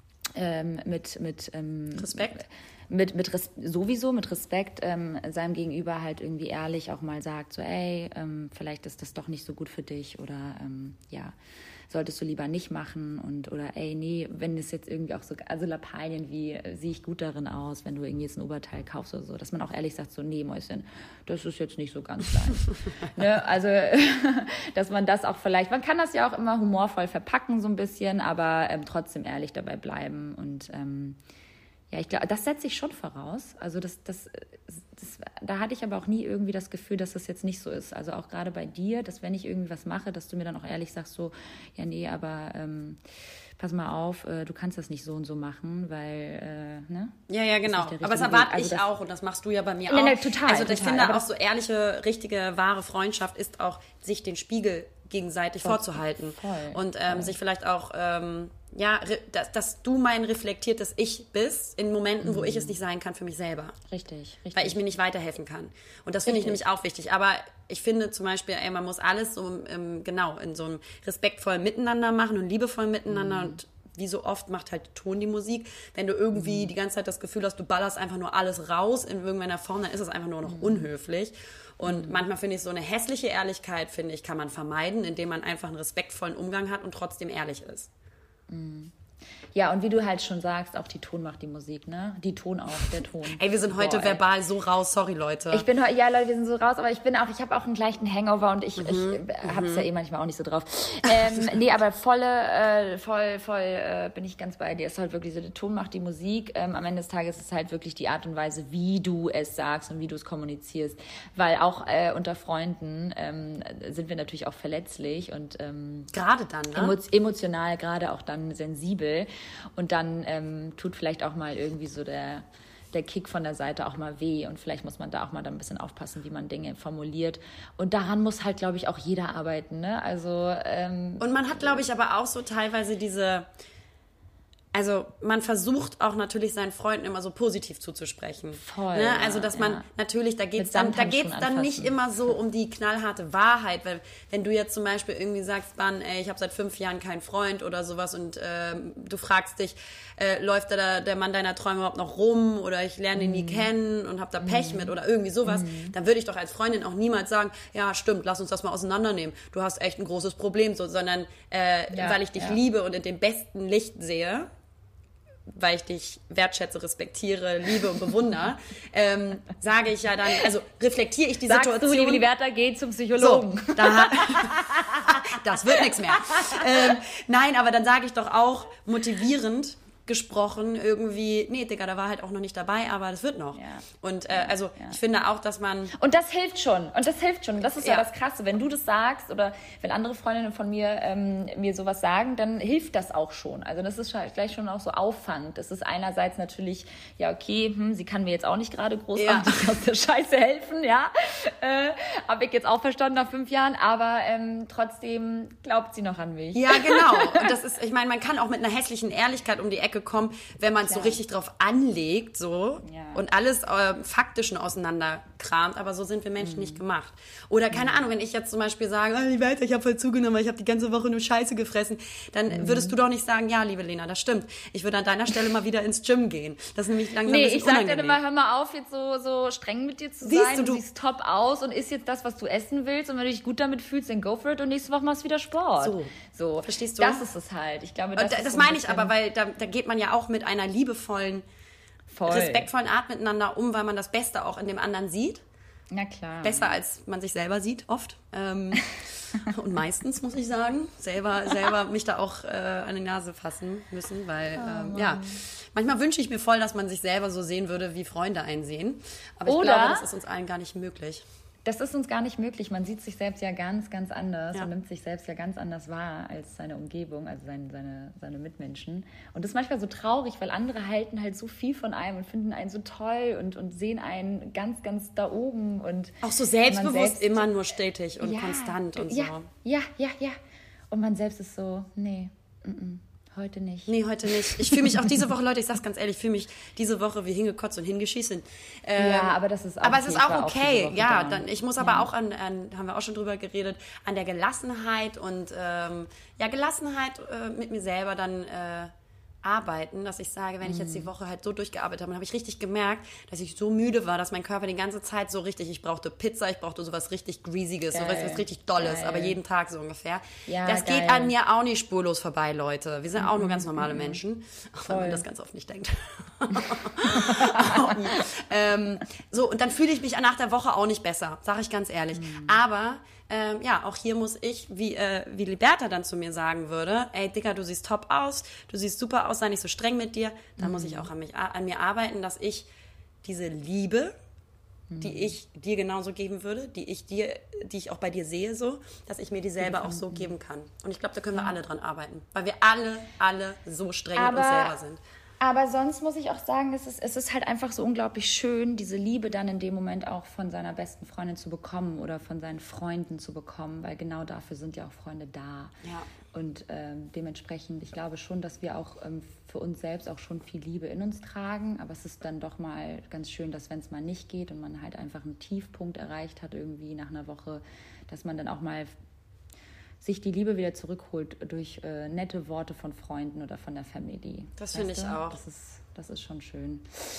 ähm, mit, mit ähm,
Respekt.
Mit, mit Res- sowieso mit Respekt ähm, seinem Gegenüber halt irgendwie ehrlich auch mal sagt, so ey, ähm, vielleicht ist das doch nicht so gut für dich oder ähm, ja, solltest du lieber nicht machen und oder ey, nee, wenn es jetzt irgendwie auch so, also Lappalien wie, äh, sehe ich gut darin aus, wenn du irgendwie jetzt ein Oberteil kaufst oder so, dass man auch ehrlich sagt, so nee, Mäuschen, das ist jetzt nicht so ganz deins. Ne? Also, dass man das auch vielleicht, man kann das ja auch immer humorvoll verpacken so ein bisschen, aber ähm, trotzdem ehrlich dabei bleiben und ähm, ja, ich glaube, das setze ich schon voraus. Also das, das, das, da hatte ich aber auch nie irgendwie das Gefühl, dass das jetzt nicht so ist. Also auch gerade bei dir, dass wenn ich irgendwie was mache, dass du mir dann auch ehrlich sagst, so, ja nee, aber ähm, pass mal auf, äh, du kannst das nicht so und so machen, weil, äh, ne?
Ja, ja, genau. Aber das erwarte also ich das, auch und das machst du ja bei mir
ne,
auch.
Ne, total,
also ich
total,
finde auch so ehrliche, richtige, wahre Freundschaft ist auch, sich den Spiegel gegenseitig voll, vorzuhalten.
Voll,
und ähm,
voll.
sich vielleicht auch... Ähm, ja, dass, dass du mein reflektiertes Ich bist in Momenten, mhm. wo ich es nicht sein kann für mich selber.
Richtig, richtig.
Weil ich mir nicht weiterhelfen kann. Und das finde ich nämlich auch wichtig. Aber ich finde zum Beispiel, ey, man muss alles so, ähm, genau, in so einem respektvollen Miteinander machen und liebevollen Miteinander mhm. und wie so oft macht halt Ton die Musik. Wenn du irgendwie mhm. die ganze Zeit das Gefühl hast, du ballerst einfach nur alles raus in irgendeiner Form, dann ist es einfach nur noch mhm. unhöflich. Und mhm. manchmal finde ich, so eine hässliche Ehrlichkeit, finde ich, kann man vermeiden, indem man einfach einen respektvollen Umgang hat und trotzdem ehrlich ist.
Mhm. Ja, und wie du halt schon sagst, auch die Ton macht die Musik, ne? Die Ton auch, der Ton.
Ey, wir sind heute Boah, verbal so raus, sorry, Leute.
Ich bin heute, ja, Leute, wir sind so raus, aber ich bin auch, ich habe auch einen leichten Hangover und ich, mhm. ich hab's mhm. ja eh manchmal auch nicht so drauf. Ähm, nee, aber volle, äh, voll, voll äh, bin ich ganz bei dir. Es ist halt wirklich so, der Ton macht die Musik. Ähm, am Ende des Tages ist es halt wirklich die Art und Weise, wie du es sagst und wie du es kommunizierst. Weil auch äh, unter Freunden ähm, sind wir natürlich auch verletzlich und ähm,
gerade dann, ne?
emo- emotional, gerade auch dann sensibel. Und dann ähm, tut vielleicht auch mal irgendwie so der, der Kick von der Seite auch mal weh. Und vielleicht muss man da auch mal dann ein bisschen aufpassen, wie man Dinge formuliert. Und daran muss halt, glaube ich, auch jeder arbeiten. Ne? Also, ähm,
und man hat, glaube ich, aber auch so teilweise diese... Also man versucht auch natürlich seinen Freunden immer so positiv zuzusprechen.
Voll.
Ne? Also dass man
ja.
natürlich, da geht's dann, da geht's dann nicht immer so um die knallharte Wahrheit, weil wenn du jetzt zum Beispiel irgendwie sagst, dann, ey, ich habe seit fünf Jahren keinen Freund oder sowas und äh, du fragst dich, äh, läuft da der, der Mann deiner Träume überhaupt noch rum oder ich lerne ihn mm. nie kennen und habe da Pech mm. mit oder irgendwie sowas, mm. dann würde ich doch als Freundin auch niemals sagen, ja stimmt, lass uns das mal auseinandernehmen, du hast echt ein großes Problem, so, sondern äh, ja, weil ich dich ja. liebe und in dem besten Licht sehe, weil ich dich wertschätze, respektiere, liebe und bewundere, ähm, sage ich ja dann, also reflektiere ich die
Sagst
Situation.
Du, liebe Liberta, geh zum Psychologen.
So, da, das wird nichts mehr. Ähm, nein, aber dann sage ich doch auch motivierend gesprochen irgendwie, nee, Digga, da war halt auch noch nicht dabei, aber das wird noch. Ja. Und äh, also ja. ich finde auch, dass man...
Und das hilft schon. Und das hilft schon. Und das ist ja, ja das Krasse. Wenn du das sagst oder wenn andere Freundinnen von mir ähm, mir sowas sagen, dann hilft das auch schon. Also das ist gleich schon auch so auffangend. Das ist einerseits natürlich, ja okay, hm, sie kann mir jetzt auch nicht gerade großartig ja. aus der Scheiße helfen, ja. Äh, Habe ich jetzt auch verstanden nach fünf Jahren, aber ähm, trotzdem glaubt sie noch an mich.
Ja, genau. Und das ist, ich meine, man kann auch mit einer hässlichen Ehrlichkeit um die Ecke kommen, wenn man es so richtig drauf anlegt so ja. und alles äh, Faktischen auseinanderkramt, aber so sind wir Menschen mhm. nicht gemacht. Oder keine mhm. Ahnung, wenn ich jetzt zum Beispiel sage, oh, ich weiß, ich habe voll zugenommen, weil ich habe die ganze Woche nur Scheiße gefressen, dann mhm. würdest du doch nicht sagen, ja, liebe Lena, das stimmt. Ich würde an deiner Stelle mal wieder ins Gym gehen. Das ist nämlich langsam nee, ein bisschen
ich sag
unangenehm.
dann immer, hör mal auf, jetzt so, so streng mit dir zu
siehst
sein.
Du, du,
du siehst top aus und isst jetzt das, was du essen willst und wenn du dich gut damit fühlst, dann go for it und nächste Woche machst du wieder Sport.
So,
so.
Verstehst du?
Das ist es halt. Ich glaube, das,
und das, das so meine ich aber, weil da, da geht man ja auch mit einer liebevollen, Voll. respektvollen Art miteinander um, weil man das Beste auch in dem anderen sieht.
Na klar.
Besser als man sich selber sieht, oft. Ähm, und meistens, muss ich sagen, selber, selber mich da auch äh, an die Nase fassen müssen, weil, oh, ähm, ja, manchmal wünsche ich mir voll, dass man sich selber so sehen würde, wie Freunde einen sehen. Aber ich
Oder
glaube, das ist uns allen gar nicht möglich.
Das ist uns gar nicht möglich. Man sieht sich selbst ja ganz, ganz anders
ja.
und nimmt sich selbst ja ganz anders wahr als seine Umgebung, also seine, seine, seine Mitmenschen. Und das ist manchmal so traurig, weil andere halten halt so viel von einem und finden einen so toll und, und sehen einen ganz, ganz da oben. Und
auch so selbstbewusst selbst, immer nur stetig und
ja,
konstant und
ja,
so.
Ja, ja, ja. Und man selbst ist so, nee, mm-mm. Heute nicht.
Nee, heute nicht. Ich fühle mich auch diese Woche, Leute, ich sag's ganz ehrlich, ich fühle mich diese Woche wie hingekotzt und hingeschissen.
Ähm, ja, aber das ist auch
Aber es ist auch okay.
Auch
ja, dann, ich muss aber
ja.
auch an, an, haben wir auch schon drüber geredet, an der Gelassenheit und ähm, ja, Gelassenheit äh, mit mir selber dann äh, arbeiten, dass ich sage, wenn ich jetzt die Woche halt so durchgearbeitet habe, dann habe ich richtig gemerkt, dass ich so müde war, dass mein Körper die ganze Zeit so richtig, ich brauchte Pizza, ich brauchte sowas richtig Greasiges,
geil.
sowas was richtig Dolles,
Geil.
aber jeden Tag so ungefähr.
Ja,
das
geil.
geht an mir auch nicht spurlos vorbei, Leute. Wir sind auch nur ganz normale Menschen, auch wenn man das ganz oft nicht denkt. ähm, so, und dann fühle ich mich nach der Woche auch nicht besser, sage ich ganz ehrlich. Mhm. Aber Ähm, ja, auch hier muss ich, wie, äh, wie Liberta dann zu mir sagen würde, ey, Dicker, du siehst top aus, du siehst super aus, sei nicht so streng mit dir. Da mhm. muss ich auch an, mich, an mir arbeiten, dass ich diese Liebe, mhm. die ich dir genauso geben würde, die ich dir, die ich auch bei dir sehe, so, dass ich mir die selber mhm. auch so geben kann. Und ich glaube, da können wir alle dran arbeiten, weil wir alle, alle so streng
Aber
mit uns selber sind.
Aber sonst muss ich auch sagen, es ist, es ist halt einfach so unglaublich schön, diese Liebe dann in dem Moment auch von seiner besten Freundin zu bekommen oder von seinen Freunden zu bekommen, weil genau dafür sind ja auch Freunde da.
Ja.
Und ähm, dementsprechend, ich glaube schon, dass wir auch ähm, für uns selbst auch schon viel Liebe in uns tragen, aber es ist dann doch mal ganz schön, dass wenn es mal nicht geht und man halt einfach einen Tiefpunkt erreicht hat irgendwie nach einer Woche, dass man dann auch mal sich die Liebe wieder zurückholt durch äh, nette Worte von Freunden oder von der Family.
Das finde ich auch.
Das ist, das ist schon schön.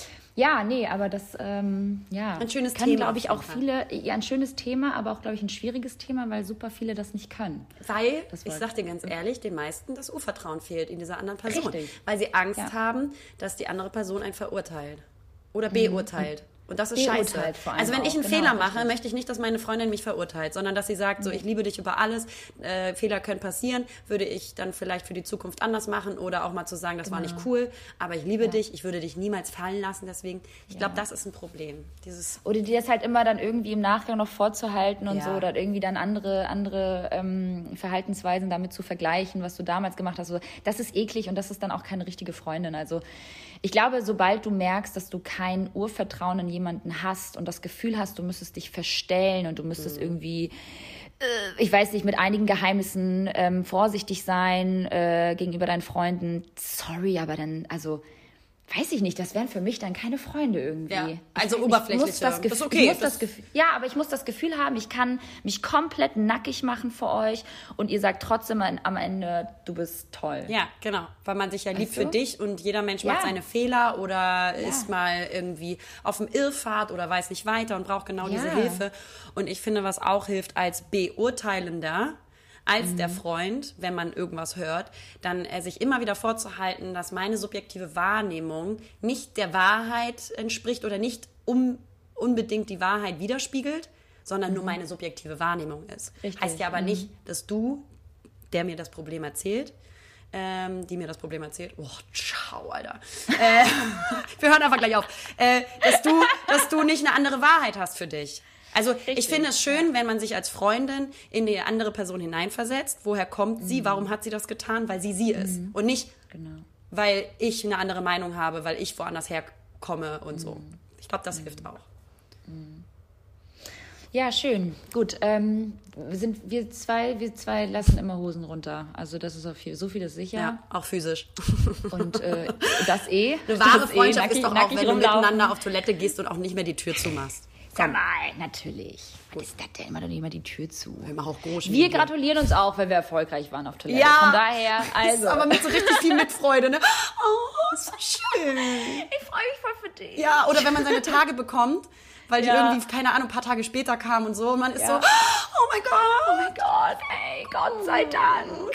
Ja, nee, aber das ähm, ja,
ein schönes
kann,
Thema
glaube ich, auch
auf jeden
viele, ja, ein schönes Thema, aber auch, glaube ich, ein schwieriges Thema, weil super viele das nicht können.
Weil,
Das
ich
war-
sag dir ganz ehrlich, den meisten das Urvertrauen fehlt in dieser anderen Person.
Richtig.
Weil sie Angst
Ja.
haben, dass die andere Person einen verurteilt. Oder beurteilt. Und das ist scheiße.
Beurteilt vor allem
Also wenn ich einen
auch,
Fehler
genau,
mache,
richtig.
möchte ich nicht, dass meine Freundin mich verurteilt, sondern dass sie sagt, so, ich liebe dich über alles, äh, Fehler können passieren, würde ich dann vielleicht für die Zukunft anders machen oder auch mal zu sagen, das war nicht cool, aber ich liebe dich, ich würde dich niemals fallen lassen, deswegen, ich glaube, das ist ein Problem. Dieses
Oder dir das halt immer dann irgendwie im Nachgang noch vorzuhalten und
Ja.
so, oder irgendwie dann andere, andere ähm, Verhaltensweisen damit zu vergleichen, was du damals gemacht hast. So, das ist eklig und das ist dann auch keine richtige Freundin. Also ich glaube, sobald du merkst, dass du kein Urvertrauen in jemanden hast und das Gefühl hast, du müsstest dich verstellen und du müsstest irgendwie, äh, ich weiß nicht, mit einigen Geheimnissen ähm, vorsichtig sein äh, gegenüber deinen Freunden, sorry, aber dann, also weiß ich nicht, das wären für mich dann keine Freunde irgendwie.
Ja,
Ich
also
weiß nicht,
oberflächliche.
Ich muss das,
Das
Gef-
ist okay,
ich muss
das-
das Gefühl, ja, aber ich muss das Gefühl haben, ich kann mich komplett nackig machen für euch und ihr sagt trotzdem am am Ende, du bist toll.
Ja, genau, weil man sich ja liebt
Weißt du?
für dich und jeder Mensch
Ja.
macht seine Fehler oder ist mal irgendwie auf dem Irrfahrt oder weiß nicht weiter und braucht genau
Ja.
diese Hilfe. Und ich finde, was auch hilft als Beurteilender, als
Mhm.
der Freund, wenn man irgendwas hört, dann äh, sich immer wieder vorzuhalten, dass meine subjektive Wahrnehmung nicht der Wahrheit entspricht oder nicht um, unbedingt die Wahrheit widerspiegelt, sondern nur meine subjektive Wahrnehmung ist.
Richtig.
Heißt ja aber nicht, dass du, der mir das Problem erzählt, ähm, die mir das Problem erzählt. Oh, ciao, Alter. äh, wir hören einfach gleich auf. Äh, dass, du, dass du nicht eine andere Wahrheit hast für dich. Also ich finde es schön, wenn man sich als Freundin in die andere Person hineinversetzt. Woher kommt sie? Warum hat sie das getan? Weil sie sie ist. Und nicht,
Genau.
weil ich eine andere Meinung habe, weil ich woanders herkomme und so. Ich glaube, das hilft auch.
Ja, schön. Gut. Ähm, wir sind wir zwei, wir zwei lassen immer Hosen runter. Also das ist auf viel, so viel ist sicher.
Ja, auch physisch.
Und äh, das eh.
Eine wahre
das
Freundschaft
nackig,
ist doch auch,
nackig
wenn du
rumlaufen.
miteinander auf Toilette gehst und auch nicht mehr die Tür zumachst.
Sag mal, natürlich. Was ist das denn? Mach doch nicht mal die Tür zu.
Immer auch groß.
Wir gratulieren uns auch, weil wir erfolgreich waren auf Toilette.
Ja.
Von daher, also.
Aber mit so richtig viel Mitfreude, ne? Oh, ist so schön.
ich freue mich voll für dich.
Ja, oder wenn man seine Tage bekommt, weil die
Ja.
irgendwie, keine Ahnung, ein paar Tage später kamen und so. Und man ist
Ja.
so, oh mein Gott.
Oh mein Gott, ey, Gott sei Dank.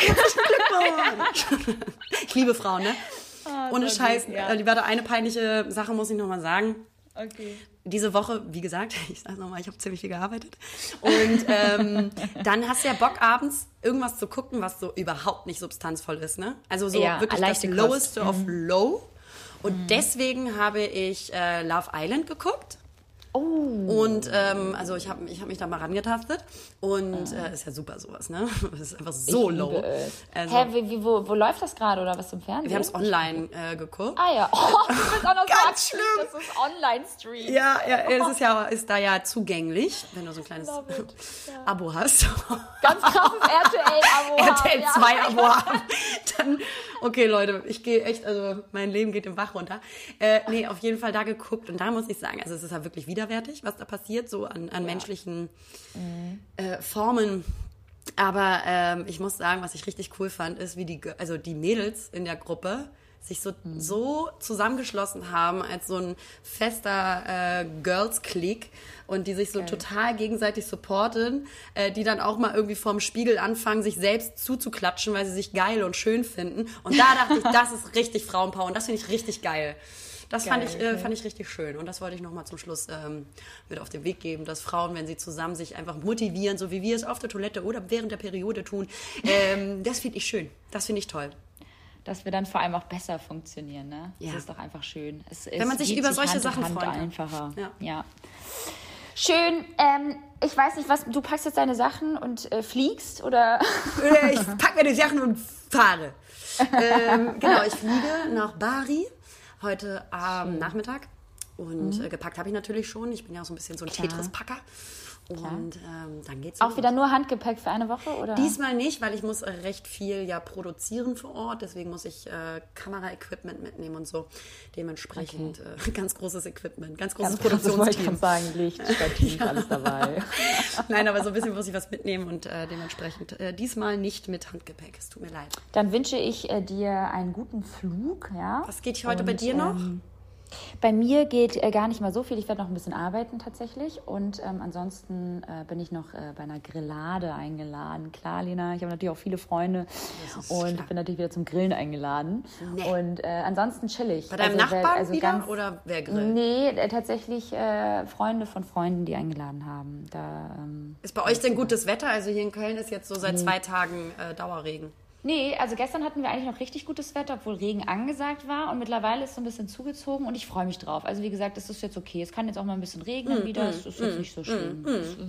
Ich liebe Frauen, ne? Ohne
so
Scheiß.
gut, ja.
Äh, warte, eine peinliche Sache muss ich nochmal sagen.
Okay.
Diese Woche, wie gesagt, ich sag nochmal, ich habe ziemlich viel gearbeitet. Und ähm, dann hast du ja Bock, abends irgendwas zu gucken, was so überhaupt nicht substanzvoll ist, ne? Also so
Ja,
wirklich das
leichte Kost.
Loweste of Low. Und deswegen habe ich äh, Love Island geguckt.
Oh.
Und ähm, also ich habe ich hab mich da mal rangetastet. Und äh, ist ja super sowas, ne? Das ist einfach so
Ich
low.
liebe es.
Also,
Hä, wie, wie, wo, wo läuft das gerade oder was im Fernsehen?
wir haben es online äh, geguckt.
Ah ja. Oh, du bist auch noch so
Ganz
aktiv,
schlimm.
dass es Online-Stream.
Ja, ja, es ist ja ist da ja zugänglich, wenn du so ein kleines
Love it. Ja.
Abo hast.
Ganz krasses R T L-Abo.
R T L
ja.
zwei Abo haben. Dann, okay, Leute, ich gehe echt, also mein Leben geht im Bach runter. Äh, nee, auf jeden Fall da geguckt und da muss ich sagen, also es ist ja wirklich widerwärtig, was da passiert, so an, an menschlichen äh, Formen. Aber ähm, ich muss sagen, was ich richtig cool fand, ist, wie die, Ge- also die Mädels in der Gruppe sich so, so zusammengeschlossen haben als so ein fester äh, Girls-Clique und die sich so total gegenseitig supporten, äh, die dann auch mal irgendwie vorm Spiegel anfangen, sich selbst zuzuklatschen, weil sie sich geil und schön finden. Und da dachte ich, das ist richtig Frauenpower und das finde ich richtig geil. Das
Geil,
fand, ich, äh,
okay.
fand ich richtig schön. Und das wollte ich nochmal zum Schluss ähm, mit auf den Weg geben, dass Frauen, wenn sie zusammen sich einfach motivieren, so wie wir es auf der Toilette oder während der Periode tun, ähm, das finde ich schön. Das finde ich toll.
Dass wir dann vor allem auch besser funktionieren, ne?
Ja.
Das ist doch einfach schön. Es,
Wenn man
es
sich
geht
über solche
Hand in
Sachen
Hand
freut.
einfacher.
Ja.
Ja. Schön. Ähm, ich weiß nicht, was du packst jetzt deine Sachen und äh, fliegst oder?
Ich packe mir die Sachen und fahre. ähm, genau, ich fliege nach Bari heute am ähm, Nachmittag. Und mhm. äh, gepackt habe ich natürlich schon. Ich bin ja auch so ein bisschen so ein Tetris-Packer. Und ähm, dann geht's
auch
los.
Wieder nur Handgepäck für eine Woche, oder?
Diesmal nicht, weil ich muss äh, recht viel ja produzieren vor Ort. Deswegen muss ich äh, Kamera-Equipment mitnehmen und so. Dementsprechend okay. äh, ganz großes Equipment, ganz großes ganz Produktionsteam.
Wollte ich schon sagen, Licht, Stativ, ja. alles dabei.
Nein, aber so ein bisschen muss ich was mitnehmen und äh, dementsprechend äh, diesmal nicht mit Handgepäck. Es tut mir leid.
Dann wünsche ich äh, dir einen guten Flug. Ja?
Was geht heute und, bei dir noch? Ähm,
Bei mir geht äh, gar nicht mal so viel. Ich werde noch ein bisschen arbeiten tatsächlich. Und ähm, ansonsten äh, bin ich noch äh, bei einer Grillade eingeladen. Klar, Lena, ich habe natürlich auch viele Freunde. Und klar. bin natürlich wieder zum Grillen eingeladen. Nee. Und äh, ansonsten chillig.
Bei deinem
also,
Nachbarn
also
wieder?
Ganz,
oder wer grillt?
Nee, äh, tatsächlich äh, Freunde von Freunden, die eingeladen haben. Da, ähm,
ist bei euch denn gutes Wetter? Also hier in Köln ist jetzt so seit nee. zwei Tagen äh, Dauerregen.
Nee, also gestern hatten wir eigentlich noch richtig gutes Wetter, obwohl Regen angesagt war. Und mittlerweile ist es so ein bisschen zugezogen und ich freue mich drauf. Also wie gesagt, es ist jetzt okay. Es kann jetzt auch mal ein bisschen regnen mm, wieder. Mm, es ist mm, jetzt nicht so schlimm.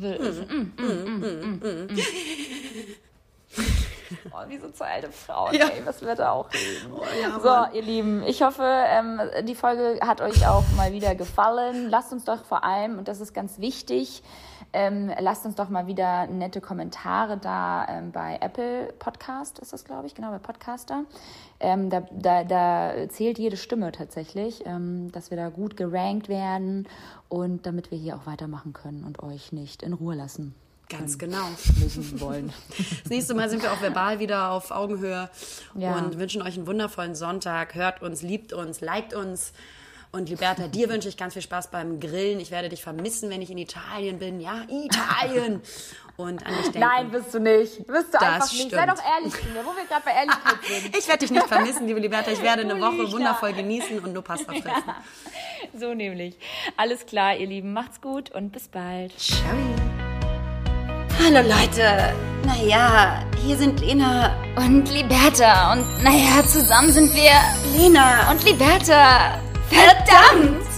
Oh, wie so zwei alte Frauen, ja. ey, was wird da auch reden. Oh, ja, so, ihr Lieben, ich hoffe, ähm, die Folge hat euch auch mal wieder gefallen. Lasst uns doch vor allem, und das ist ganz wichtig, ähm, lasst uns doch mal wieder nette Kommentare da ähm, bei Apple Podcast, ist das, glaube ich, genau, bei Podcaster. Ähm, da, da, da zählt jede Stimme tatsächlich, ähm, dass wir da gut gerankt werden und damit wir hier auch weitermachen können und euch nicht in Ruhe lassen.
Ganz genau.
Müssen wollen.
Das nächste Mal sind wir auch verbal wieder auf Augenhöhe
ja.
und wünschen euch einen wundervollen Sonntag. Hört uns, liebt uns, liked uns. Und Liberta, dir wünsche ich ganz viel Spaß beim Grillen. Ich werde dich vermissen, wenn ich in Italien bin. Ja, Italien. Und an mich denken.
Nein, bist du nicht. Bist du
das
einfach nicht.
Stimmt.
Sei doch ehrlich zu mir, wo wir gerade bei Ehrlichkeit sind.
Ich werde dich nicht vermissen, liebe Liberta. Ich werde eine Woche wundervoll genießen und nur Pasta fressen.
Ja, so nämlich. Alles klar, ihr Lieben. Macht's gut und bis bald.
Ciao.
Hallo Leute, naja, hier sind Lena
und Liberta und naja, zusammen sind wir
Lena
und Liberta. Verdammt!